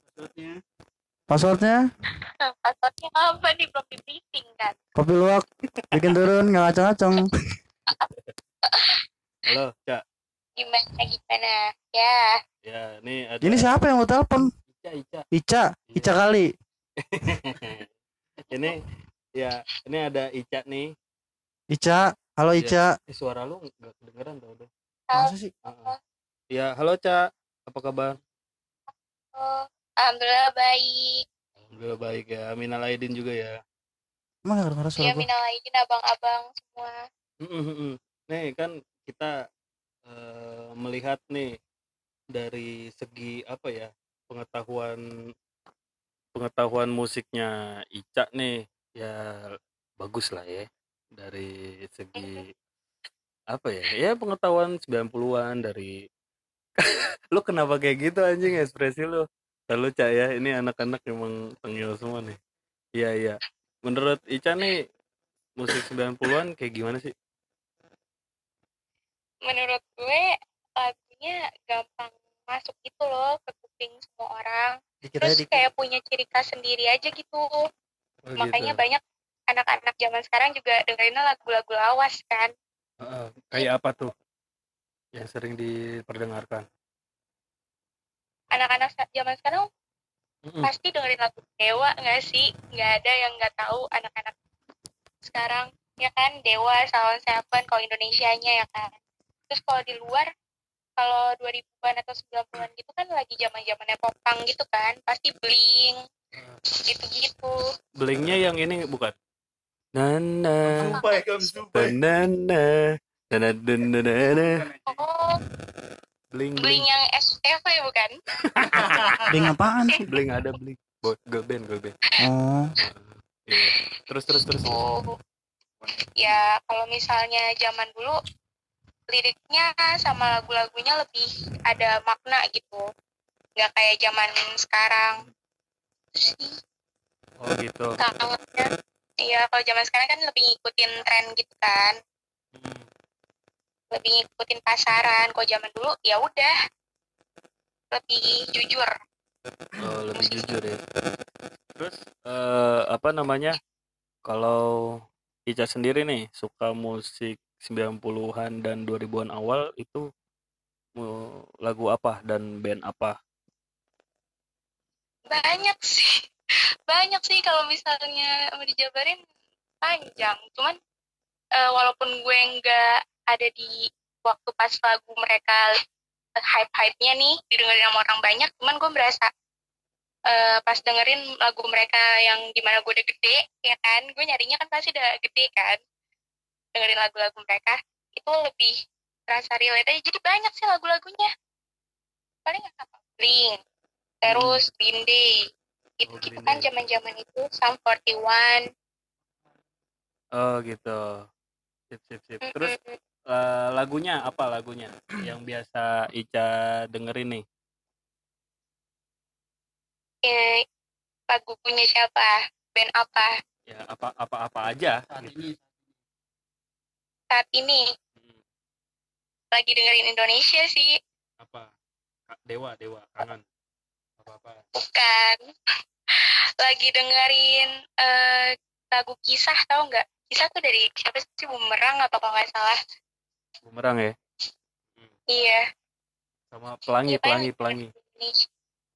Passwordnya? passwordnya apa nih, belum di briefing kan? Kopi luwak. Bikin turun nggak ngacang-ngacang. Halo, Cak. Gimana gimana? Ya, Ya, nih ada Ini siapa yang mau telepon? Ica, Ica. Ica. Ica kali. Ini ya, ini ada Ica nih. Ica. Halo Iya. Ica. Eh, suara lu nggak kedengeran tau deh. Masa sih? Heeh. Ya, halo Ca, apa kabar? Halo. Alhamdulillah baik. Alhamdulillah baik ya. Minal aidin juga ya. Emang gak kedengeran suara Ya gue? minal aidin abang-abang semua. Mm-mm-mm. Nih kan kita eh, melihat nih dari segi apa ya, pengetahuan pengetahuan musiknya Ica nih ya bagus lah ya, dari segi apa ya, ya pengetahuan sembilan puluhan-an dari lu kenapa kayak gitu anjing ekspresi lu. Lalu Ca ya, ini anak-anak emang tengil semua nih. Iya iya. Menurut Ica nih musik sembilan puluhan-an kayak gimana sih? Menurut gue lagunya gampang masuk gitu loh ke kuping semua orang. Dikit aja Terus dikit. kayak punya ciri khas sendiri aja gitu. Oh Makanya gitu. banyak anak-anak zaman sekarang juga dengerinnya lagu-lagu lawas kan. Heeh. Kayak apa tuh yang sering diperdengarkan? Anak-anak sa- zaman sekarang Mm-mm. pasti dengerin lagu Dewa nggak sih? Nggak ada yang nggak tahu anak-anak sekarang. Ya kan, Dewa, Salon Seven, kalau Indonesianya ya kan. Terus kalau di luar, kalau dua ribuan atau sembilan puluhan gitu kan lagi zaman-zamannya popang gitu kan. Pasti Blink, gitu-gitu. Blinknya yang ini bukan? Nana, Sumpah ya kamu sumpah. nana, nana, nana, nana. Oh, Blink, Blink blink, yang S F V bukan? Bing apaan sih? blink ada blink. Bo- Girl band, girl band. Oh, Heeh. Iya. Terus, terus, terus. Oh, ya kalau misalnya zaman dulu liriknya sama lagu-lagunya lebih ada makna gitu. Nggak kayak zaman sekarang sih. Oh gitu. Kangennya. Iya, kalau zaman sekarang kan lebih ngikutin tren gitu kan. Hmm. Lebih ngikutin pasaran. Kalau zaman dulu ya udah lebih jujur. Oh, lebih jujur ya. Terus eh, apa namanya? Kalau Ica sendiri nih suka musik sembilan puluhan-an dan dua ribuan awal itu eh, lagu apa dan band apa? Banyak sih. Banyak sih kalau misalnya mau dijabarin panjang. Cuman eh, walaupun gue nggak ada di waktu pas lagu mereka hype-hype-nya nih didengerin sama orang banyak, cuman gue merasa eh, pas dengerin lagu mereka yang dimana gue udah gede, ya kan, gue nyarinya kan pasti udah gede kan, dengerin lagu-lagu mereka itu lebih terasa relate aja. Jadi banyak sih lagu-lagunya, paling apa, Blink, terus Green Day, gitu Oh, gitu Green kan Day. zaman-zaman itu, Sum forty one. Oh gitu. Sip, sip, sip. Terus eh, lagunya apa lagunya yang biasa Ica dengerin nih? Eh, lagu punya siapa, band apa Ya apa apa apa aja gitu. saat ini Hmm, lagi dengerin Indonesia sih. apa? Ka- Dewa, Dewa, kangen. Apa-apa. Bukan, lagi dengerin eh, lagu Kisah, tahu nggak? Kisah tuh dari siapa sih, Bumerang apa kalau nggak salah. Bumerang ya. Hmm. Iya, Sama Pelangi, iya paling Pelangi, lagi Pelangi. dengerin Indonesia.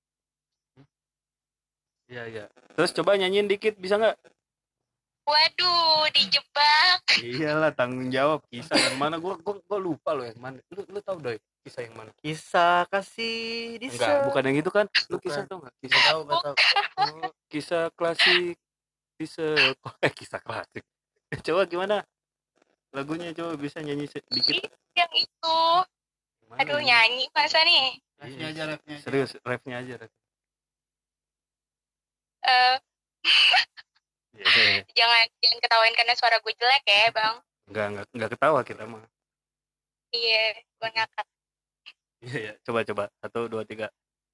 Iya, iya. Terus coba nyanyiin dikit bisa nggak? Waduh, dijebak. Iyalah, tanggung jawab. Kisah yang mana? Gua gua, gua lupa loh yang mana. Lu lu tahu doi kisah yang mana? kisah kasih di Enggak, bukan yang itu kan. Lu Bukan. kisah tau nggak? Kisah tahu nggak tahu. oh, kisah klasik di sekolah. Eh, kisah klasik. Coba gimana? Lagunya coba bisa nyanyi sedikit. Ih, yang itu. Mana Aduh, ini? nyanyi masa nih? Refnya aja, refnya aja. Serius, refnya aja. Ref. Eh, Yeah. jangan jangan ketawain karena suara gue jelek ya, Bang. Enggak, enggak, enggak ketawa kita mah. Iya, gue ngakak. Iya, iya. Coba, coba. Satu, dua, tiga.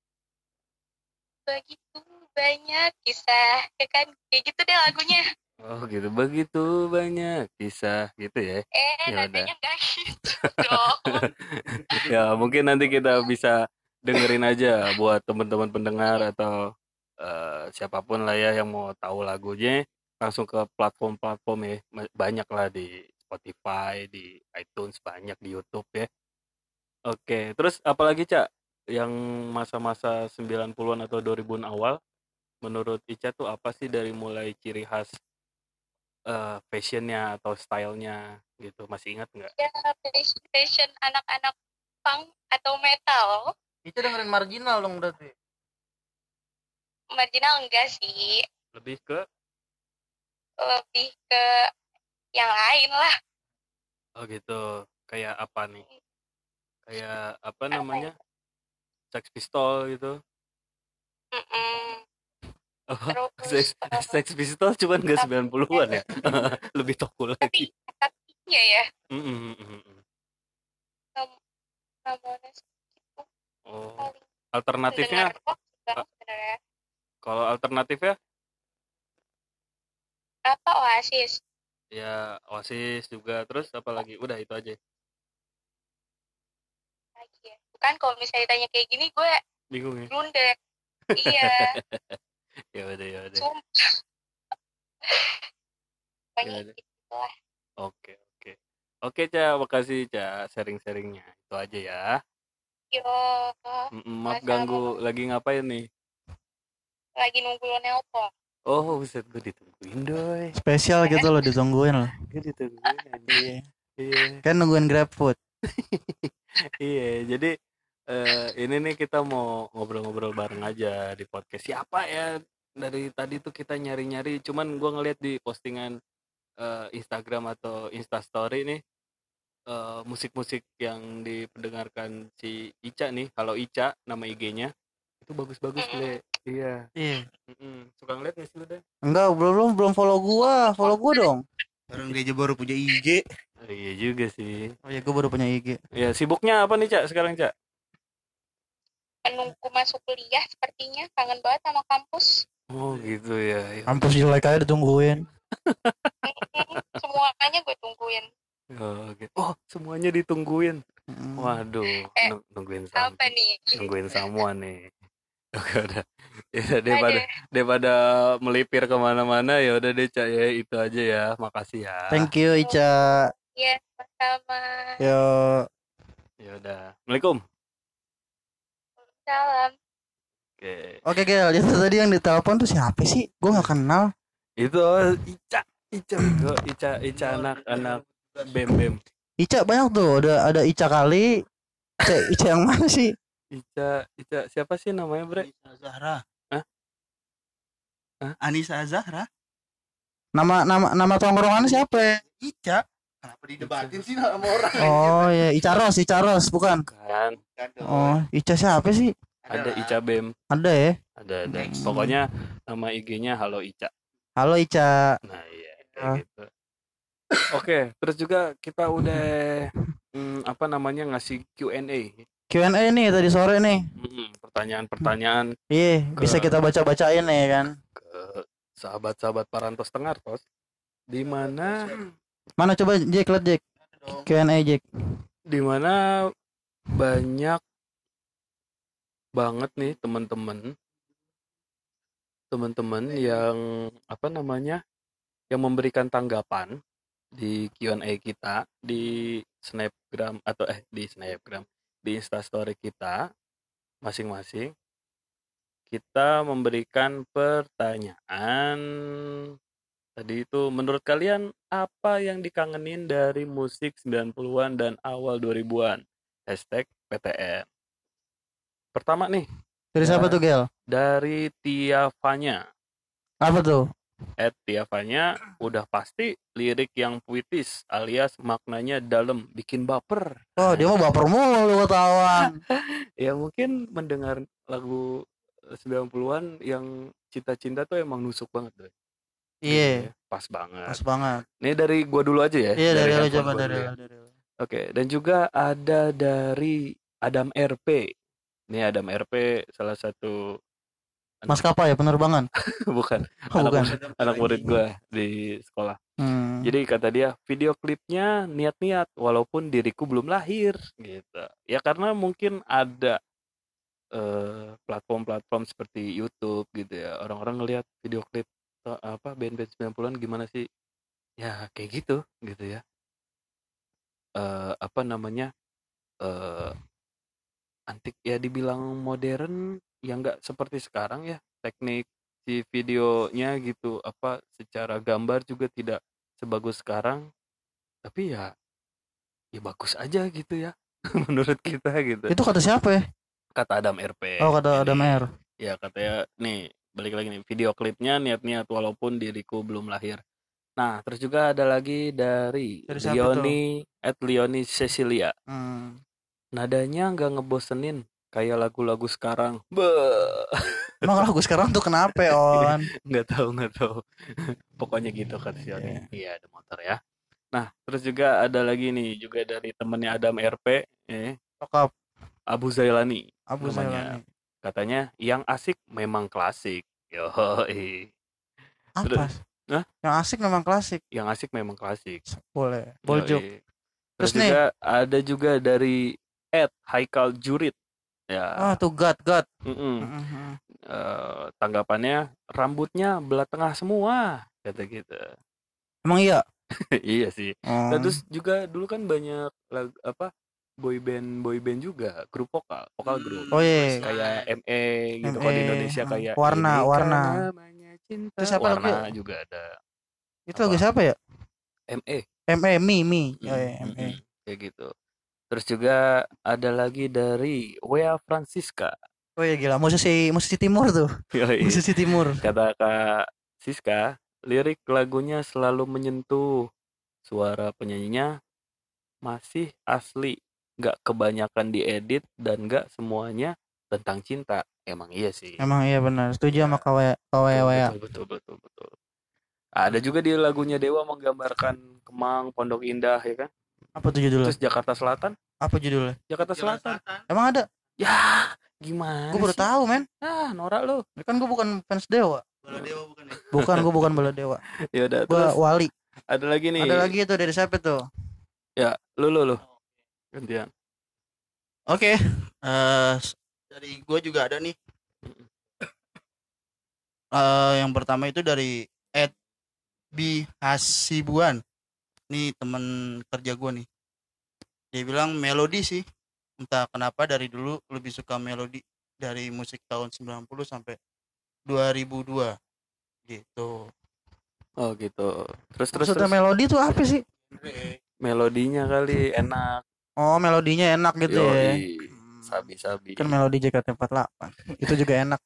Begitu banyak kisah, ya kan? Kayak gitu deh lagunya. Oh gitu, begitu banyak kisah gitu ya. Eh, Ya udah. nadanya nggak gitu dong. Ya mungkin nanti kita bisa dengerin aja buat teman-teman pendengar atau eh, siapapun lah ya yang mau tahu lagunya, langsung ke platform-platform ya. Ma- banyak lah di Spotify, di iTunes, banyak di YouTube ya. Oke, terus apalagi Cak yang masa-masa sembilan puluhan-an atau dua ribuan awal menurut Ica tuh apa sih dari mulai ciri khas eh, fashionnya atau stylenya gitu, masih ingat nggak? Ya, fashion, fashion anak-anak punk atau metal. Itu dengerin marginal dong berarti. Marginal enggak sih, Lebih ke lebih ke yang lain lah. oh gitu, kayak apa nih? Kayak apa Apa ya? namanya? Sex Pistol gitu. Mm-mm. Apa? Terus Sex, eh, Sex Pistol cuman nggak tapi sembilan puluhan ya. Lebih toko tapi lagi. tapi iya ya, Mm, mm, mm, mm. Ram- Ramones itu Oh, paling alternatifnya pendengar rock a- banget sebenarnya. kalau alternatifnya Apa Oasis ya Oasis juga, terus apa lagi? Udah itu aja. lagi ya? Bukan, kalau misalnya ditanya kayak gini gue Bingung ya. grundek. Iya, Ya udah ya udah. sumpah. Ya Pokoknya udah. gitu lah. Oke, oke. Oke, Ca, makasih Ca sharing-sharingnya. Itu aja ya. Yo, Mm-mm, maaf sama-sama. ganggu, lagi ngapain nih? Lagi nunggu lo nelpon. Oh, buset, gue ditungguin doi. Spesial gitu loh, ditungguin loh. Gue ditungguin aja. Iya. Iya. Kan nungguin GrabFood. Iya, jadi eh, ini nih kita mau ngobrol-ngobrol bareng aja di podcast. Siapa ya? Dari tadi tuh kita nyari-nyari, cuman gua ngeliat di postingan eh, Instagram atau Instastory nih eh, musik-musik yang dipendengarkan si Ica nih. Kalau Ica nama I G-nya itu bagus-bagus, Mm-mm. Le. Iya. Iya. Mm-mm. Suka ngeliat nggak sih lu deh? Enggak, belum belum belum follow gua. Follow gua dong. Orang dia aja baru punya I G. Oh, iya juga sih. Oh ya, gua baru punya I G. Ya sibuknya apa nih Cak sekarang Cak? Menunggu masuk kuliah sepertinya, kangen banget sama kampus. Oh gitu ya. Ya. Kampus jelek aja ditungguin. Mm-mm. Semuanya gue tungguin. Oh, gitu. Oh, semuanya ditungguin. Mm. Waduh, Eh, nung- nungguin sama, Apa nih? nungguin semua nih. Oke udah, ya udah, daripada Ada. daripada melipir kemana-mana ya udah deh Cak ya itu aja ya. Makasih ya. Thank you Ica. Ya, sama. Yo. Ya udah. Assalamualaikum. Salam. Oke. Oke, Gel. Itu tadi yang ditelepon tuh siapa sih? Gua nggak kenal. Itu oh, Ica, Ica, Bego. Ica, Ica anak-anak bem bem. Ica banyak tuh. Ada ada Ica kali. Ica, Ica yang mana sih? Ica, Ica siapa sih namanya Bre? Anissa Zahra. Hah? Hah? Anissa Zahra. Nama nama nama tongkrongan siapa? Ica. Kenapa didebatin sih nama orang? Oh ya, Ica Ros, Ica Ros, bukan? Kan Oh, Ica siapa sih? ada Ica bem. Ada ya? Ada ada. Pokoknya nama I G-nya Halo Ica. Halo Ica. Nah iya kayak Ah. gitu. Oke, terus juga kita udah hmm, apa namanya ngasih Q and A. Q and A nih tadi sore nih. Hmm, pertanyaan-pertanyaan Iya, Ke- bisa kita baca-bacain nih kan. ke sahabat-sahabat Parantos Tengartos, di mana Mana coba Jack, lihat Jack. Q and A Jack. di mana banyak banget nih teman-teman teman-teman yang apa namanya yang memberikan tanggapan di Q and A kita di Snapgram atau eh di Snapgram di Instastory kita masing-masing. Kita memberikan pertanyaan tadi itu, menurut kalian apa yang dikangenin dari musik sembilan puluhan dan awal dua ribuan? Hashtag P T N. Pertama nih Dari siapa tuh, Gel? dari Tiafanya. Apa tuh? At Tiafanya udah pasti lirik yang puitis alias maknanya dalam, bikin baper. Oh, dia mau baper mulu ketahuan. Ya mungkin mendengar lagu sembilan puluhan yang cinta-cinta tuh emang nusuk banget deh. Iya, Pas banget. pas banget. Ini dari gua dulu aja ya. Iya, dari lo handphone coba gua dari dulu lo, ya. dari lo. Oke, dan juga ada dari Adam R P. Ini Adam R P salah satu Maskapai ya, penerbangan. bukan Oh, anak, bukan. murid- anak murid gua di sekolah. Hmm. Jadi kata dia, video klipnya niat-niat walaupun diriku belum lahir gitu. Ya karena mungkin ada eh, platform-platform seperti YouTube gitu ya. Orang-orang ngelihat video klip eh, apa band-band sembilan puluhan gimana sih? Ya kayak gitu gitu ya. Eh, apa namanya? eh antik ya, dibilang modern ya nggak seperti sekarang ya, teknik si videonya gitu, apa secara gambar juga tidak sebagus sekarang, tapi ya ya bagus aja gitu ya menurut kita gitu. Itu kata siapa ya? Kata Adam R P. Oh, kata Adam Ini, R. Ya katanya nih balik lagi nih video klipnya niat-niat walaupun diriku belum lahir. Nah terus juga ada lagi dari, Dari siapa tuh? Leoni at Leoni Cecilia. Hmm. Nadanya nggak ngebosenin kayak lagu-lagu sekarang. Beuh. Emang lagu sekarang tuh kenapa ya, On? Nggak tahu nggak tahu. Pokoknya gitu kata si Oni. Iya ada motor ya. Nah terus juga ada lagi nih juga dari temennya Adam R P, eh, Cokap Abu Zailani. Abu namanya. Zailani. Katanya yang asik memang klasik. Yoi. Apa? Terus- Hah? Yang asik memang klasik. Yang asik memang klasik. Boleh. Boljuk. Yoi. Terus Terus nih. juga ada juga dari Ed Haikal Jurid. Ya. Ah, tuh God, God. mm-mm. Mhm. Eh, tanggapannya rambutnya belah tengah semua kata gitu. Emang iya? Iya sih. Oh. Nah, terus juga dulu kan banyak lag- apa boy band boy band juga grup vokal vokal grup Oh, iya. kayak M E gitu kalau di M E, Indonesia hmm. kayak Warna, Ini Warna. Kan Namanya Cinta. Itu siapa Warna lagi? juga ada Itu lagu siapa ya? M E. M E Mi Mi. Mm, Oh, iya, M E. mm, kayak gitu. Terus juga ada lagi dari Wea Francisca. Oh iya gila, musisi musisi timur tuh. Yoi. Musisi timur. Kata Kak Siska, lirik lagunya selalu menyentuh. Suara penyanyinya masih asli, nggak kebanyakan diedit dan nggak semuanya tentang cinta. Emang iya sih. Emang iya benar. Setuju sama Kawaya Kawaya Waya. Betul, betul, betul, betul. Ada juga di lagunya Dewa menggambarkan Kemang, Pondok Indah, ya kan? Apa tuh judulnya? Terus Jakarta Selatan, Apa judulnya? Jakarta Selatan. Emang ada? Ya, gimana? Gue baru sih? tahu, men. Ah, norak lo. Kan gue bukan fans Dewa. Bala Dewa bukan ya? Bukan, gue bukan bela Dewa. Ya udah, Gue terus Wali. ada lagi nih. Ada lagi tuh dari siapa tuh? Ya, lu lu lu. Gantian. Oke, eh dari gue juga ada nih. Eh yang pertama itu dari Ed B Hasibuan. Nih teman kerja gue nih. Dia bilang melodi sih. Entah kenapa dari dulu lebih suka melodi dari musik tahun sembilan puluh sampai dua ribu dua gitu. Oh gitu. Terus terus, Maksudnya terus. melodi tuh apa sih? Melodinya kali enak. Oh, melodinya enak gitu ya. Yoi. Sabi-sabi. Kan melodi J K T empat puluh delapan. Itu juga enak.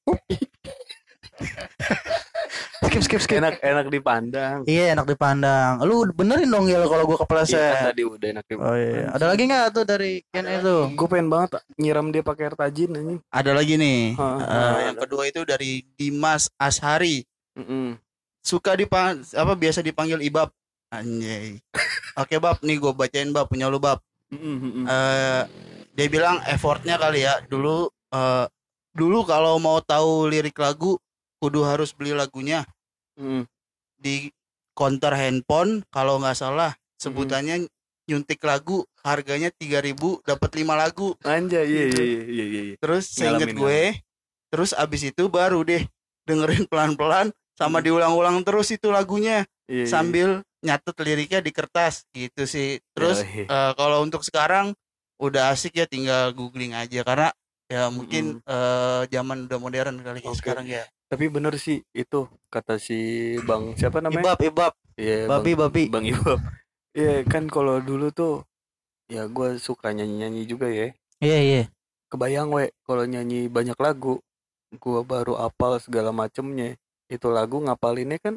skip skip skip. Enak enak dipandang. Iya, enak dipandang. Lu benerin dong ya kalau gua Iya kan kepleset. tadi udah enak dipandang. Oh iya. Ada lagi nggak tuh dari Ken itu? Gue pengen banget nyiram dia pakai air tajin ini. Ada lagi nih. Hah, Eh, hah. yang kedua itu dari Dimas Ashari. Mm-mm. Suka dipang apa biasa dipanggil Ibab. Anjay. Oke Bab, nih gue bacain Bab, punya lu Bab. Mm-mm, mm-mm. Eh dia bilang effortnya kali ya. Dulu eh, dulu kalau mau tahu lirik lagu kudu harus beli lagunya Mm-mm. di counter handphone, kalau nggak salah sebutannya nyuntik lagu harganya tiga ribu dapat lima lagu. Anjay, iya iya iya iya iya. Terus seinget Ngalamin, gue, terus abis itu baru deh dengerin pelan-pelan sama Hmm. diulang-ulang terus itu lagunya Iya, iya. sambil nyatet liriknya di kertas gitu sih. Terus Yoi. eh, kalau untuk sekarang udah asik ya tinggal googling aja karena ya mungkin eh, zaman udah modern kali ya Oke. sekarang ya. Tapi bener sih itu kata si Bang siapa namanya? Ibab, Ibab, Iya, babi, Bang, babi. Bang Ibab. Iya kan kalau dulu tuh ya gue suka nyanyi-nyanyi juga ya. Iya, iya. Kebayang we kalau nyanyi banyak lagu, gue baru apal segala macemnya. Itu lagu ngapalinnya kan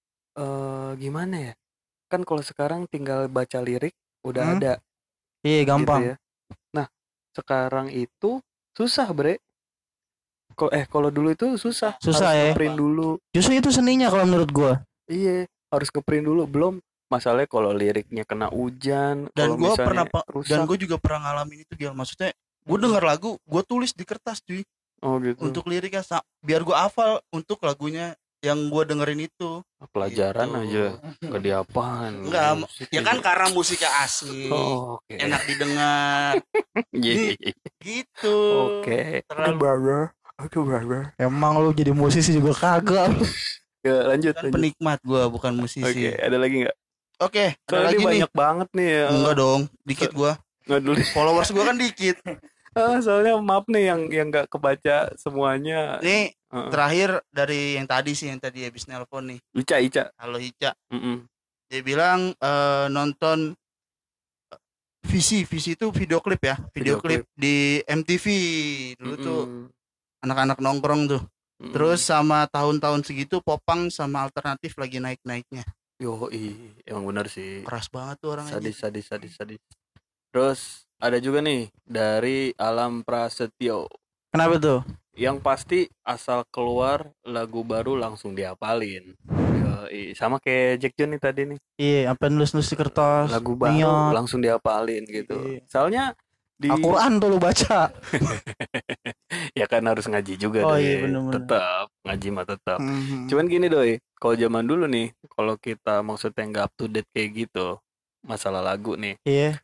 eh gimana ya? Kan kalau sekarang tinggal baca lirik udah Hmm, ada Iya, gitu gampang. ya. Nah, sekarang itu susah, Bre. Kalau eh kalau dulu itu susah. Susah harus ya. ngeprint dulu. Justru itu seninya kalau menurut gua. Iya, harus ngeprint dulu. Belum masalahnya kalau liriknya kena hujan, Dan kalau gue misalnya pernah pa- rusak. dan gue juga pernah ngalamin itu Gil. Maksudnya gue denger lagu, gue tulis di kertas cuy Oh gitu. untuk liriknya sa- biar gue hafal untuk lagunya yang gue dengerin itu. Pelajaran Gitu. aja ke diapaan. Enggak, Musik ya aja. kan karena musiknya asik, Oh, oke. enak didengar Iya, iya, iya. gitu. Oke. Terlalu- Oke, brother. Oke, brother. Emang lu jadi musisi juga kagak. Ya, lanjut, Kan lanjut. penikmat gue bukan Oke, musisi. ada lagi nggak? Oke, ada Soalnya lagi ini nih. banyak banget nih ya. Enggak dong, dikit gue. Nggak dulu. Followers gue kan dikit. Ah, soalnya maaf nih yang yang nggak kebaca semuanya. Nih Heeh. terakhir dari yang tadi sih yang tadi habis nelpon nih. Ica, Ica. Halo Ica. Mm-mm. Dia bilang eh, nonton Visi, Visi itu video klip ya, video, Video klip klip. di M T V dulu tuh Mm-mm. anak-anak nongkrong tuh. Mm-mm. Terus sama tahun-tahun segitu Popang sama Alternatif lagi naik-naiknya. Yo, emang bener sih. Keras banget tuh orangnya. Sadis, sadis, sadis, sadis. Terus ada juga nih dari Alam Prasetyo. Kenapa tuh? Yang pasti asal keluar lagu baru langsung dihafalin. Yoi, sama kayak Jack John nih tadi nih. Iya, apa nulis-nulis di kertas. Lagu baru ingat. langsung dihafalin gitu. Iya. Soalnya di Al-Quran tuh lu baca. ya kan harus ngaji juga Oh doi. iya, bener-bener. Tetap ngaji mah tetap. Mhm. Cuman gini doi, kalau zaman dulu nih, kalau kita maksudnya nggak up to date kayak gitu, masalah lagu nih, Iya.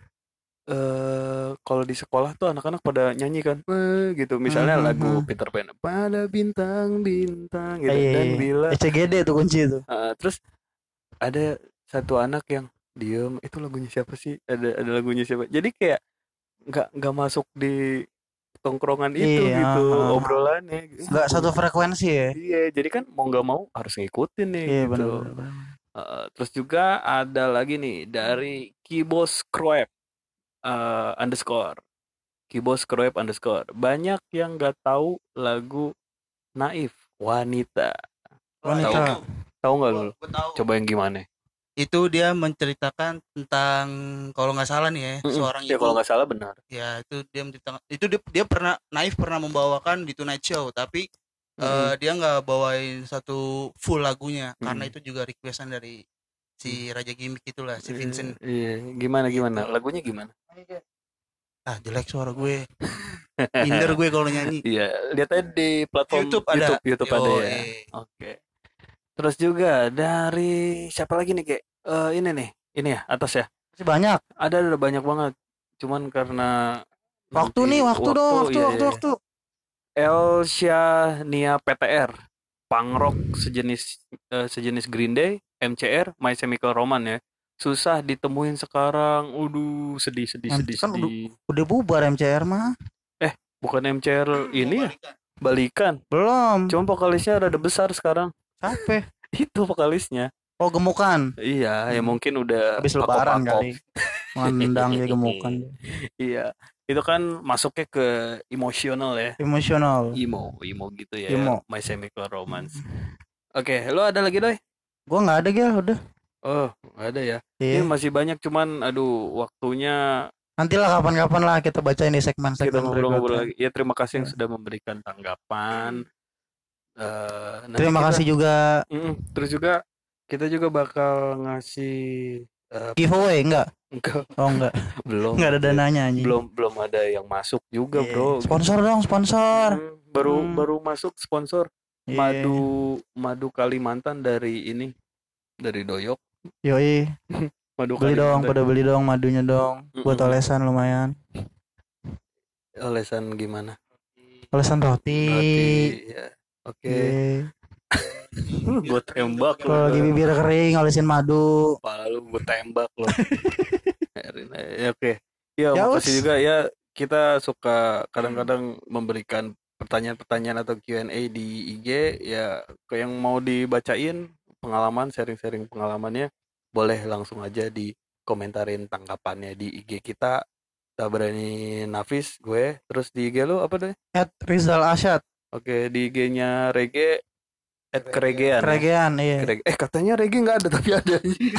eh kalau di sekolah tuh anak-anak pada nyanyi kan, eh, gitu. Misalnya Mhm. lagu Peter Pan, pada bintang-bintang gitu, Iya, dan iya. bila, S C G D tuh kunci tuh. eh, terus ada satu anak yang diem, itu lagunya siapa sih? Ada ada lagunya siapa? Jadi kayak nggak nggak masuk di tongkrongan itu Iya, gitu ah. obrolannya. Nggak satu frekuensi ya. Iya, jadi kan mau nggak mau harus ngikutin nih Iya, gitu. benar-benar. Uh, terus juga ada lagi nih dari Kibos Kroep uh, underscore Kibos Kroep underscore banyak yang nggak tahu lagu Naif Wanita. Wanita. Tahu nggak lu? Gue tahu. Coba yang gimana? Itu dia menceritakan tentang kalau nggak salah nih ya, Mm-mm. seorang Ya ibu. kalau nggak salah benar. Ya itu dia menceritakan itu dia, dia pernah Naif pernah membawakan di Tonight Show, tapi eh, Mm-mm. dia nggak bawain satu full lagunya karena Mm. itu juga requestan dari si Raja Gimmick itulah, si Vincent. Iya, gimana gimana? Gitu. Lagunya gimana? Ah jelek suara gue, minder gue kalau nyanyi. Iya, lihat aja di platform YouTube ada. YouTube, YouTube ada Yo, ya. eh. Oke. Terus juga dari siapa lagi nih kayak eh, ini nih, ini ya atas ya. Masih banyak. Ada ada banyak banget. Cuman karena Waktu nanti- nih, waktu, dong, waktu, iya, waktu, iya. waktu. Elsia Nia P T R, punk rock sejenis eh, sejenis Green Day, M C R, My Chemical Romance ya. Susah ditemuin sekarang. Udah sedih sedih Kan- sedih kan sedih. Udah bubar M C R mah. Bukan M C R ini ya, Balikan. balikan. Belum. Cuma vokalisnya rada besar sekarang. Capek. Itu vokalisnya. Oh, gemukan. Iya, ya Hmm. mungkin udah Habis lebaran pakop-pakop. kali. Mendang dia gemukan. Iya, itu kan masuknya ke emosional ya. Emosional. Emo, emo gitu ya. Emo. My Chemical Romance. Oke, lo ada lagi doi? Gua nggak ada Gil, udah. Oh, nggak ada ya. Iya. Ini masih banyak cuman aduh waktunya Nantilah kapan-kapan lah kita bacain di segmen-segmen kita ngobrol-ngobrol berikutnya. lagi. Ya terima kasih yang Ya. sudah memberikan tanggapan. Eh, nanti Terima kita- kasih juga. Mm, terus juga kita juga bakal ngasih eh, Giveaway enggak? enggak, Oh enggak. belum Enggak ada dananya anjing. belum belum ada yang masuk juga Iya. bro. Sponsor dong, sponsor. Hmm, baru Hmm. baru masuk sponsor Iya. madu madu Kalimantan dari ini dari Doyok. Yoi, Madu beli dong, Kalimantan. pada beli dong madunya dong. Buat Mm-mm. olesan lumayan. Olesan gimana? Olesan roti. Roti ya. Oke. Iya. Gue tembak lo. Kalau lagi bibir kering, olesin madu. Kepala lu gue tembak lo. Ya, oke. Ya, Ya, makasih us. juga ya. Kita suka kadang-kadang memberikan pertanyaan-pertanyaan atau Q and A di I G ya. Ke yang mau dibacain pengalaman, sharing-sharing pengalamannya, boleh langsung aja di komentarin tanggapannya di I G kita. Tabrani Nafis gue. Terus di I G lu apa deh? At Rizal Asyad. Oke, di I G-nya Rege at Keregean. ya? Keregean, iya. Kerege- Eh katanya Rege nggak ada tapi ada.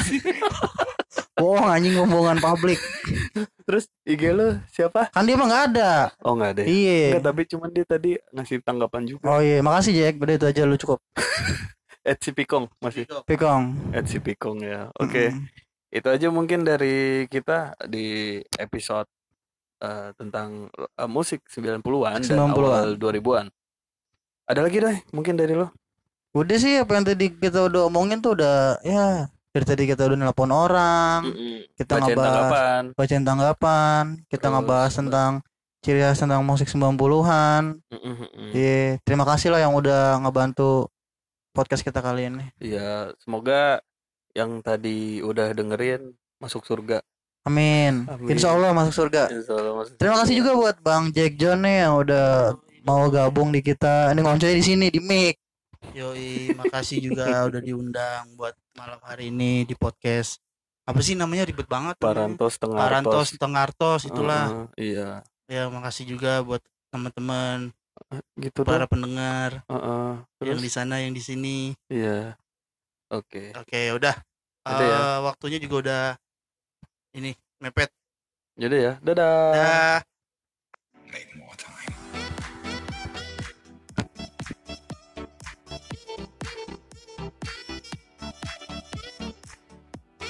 Bohong anjing ngomongan publik. Terus I G lu siapa? Kan dia mah nggak ada. Oh nggak ada. ya? Iya. Nggak, tapi cuman dia tadi ngasih tanggapan juga. Oh iya, makasih Jack. Udah itu aja lu cukup. At si Pikong masih. Pikong. At si Pikong ya. Oke. Mm-mm. Itu aja mungkin dari kita di episode eh, tentang eh, musik sembilan puluhan dan sembilan puluhan. awal dua ribuan. Ada lagi deh mungkin dari lo? Udah sih apa yang tadi kita udah omongin tuh udah ya dari tadi kita udah nelpon orang, kita Bacain ngebahas tanggapan. bacain tanggapan, kita Terus, ngebahas tentang ciri khas tentang musik sembilan puluhan. Mm-mm-mm. Iya, terima kasih lah yang udah ngebantu podcast kita kali ini. Ya semoga yang tadi udah dengerin masuk surga. Amin. Amin. Insya Allah masuk surga. Insya Allah masuk Terima kasih surga. juga buat Bang Jack John nih yang udah mau gabung di kita. Ini ngoncoy di sini di mic. Yoi, makasih juga udah diundang buat malam hari ini di podcast. Apa sih namanya, ribet banget namanya. Parantos Parantos Tengartos. Tengartos itulah. Heeh, iya. Ya makasih juga buat teman-teman Gitu para dong. pendengar Heeh. yang Terus di sana yang di sini. iya. Oke. Oke, udah. Udah ya. Eh, waktunya juga udah ini mepet. Jadi ya. Dadah. Dah.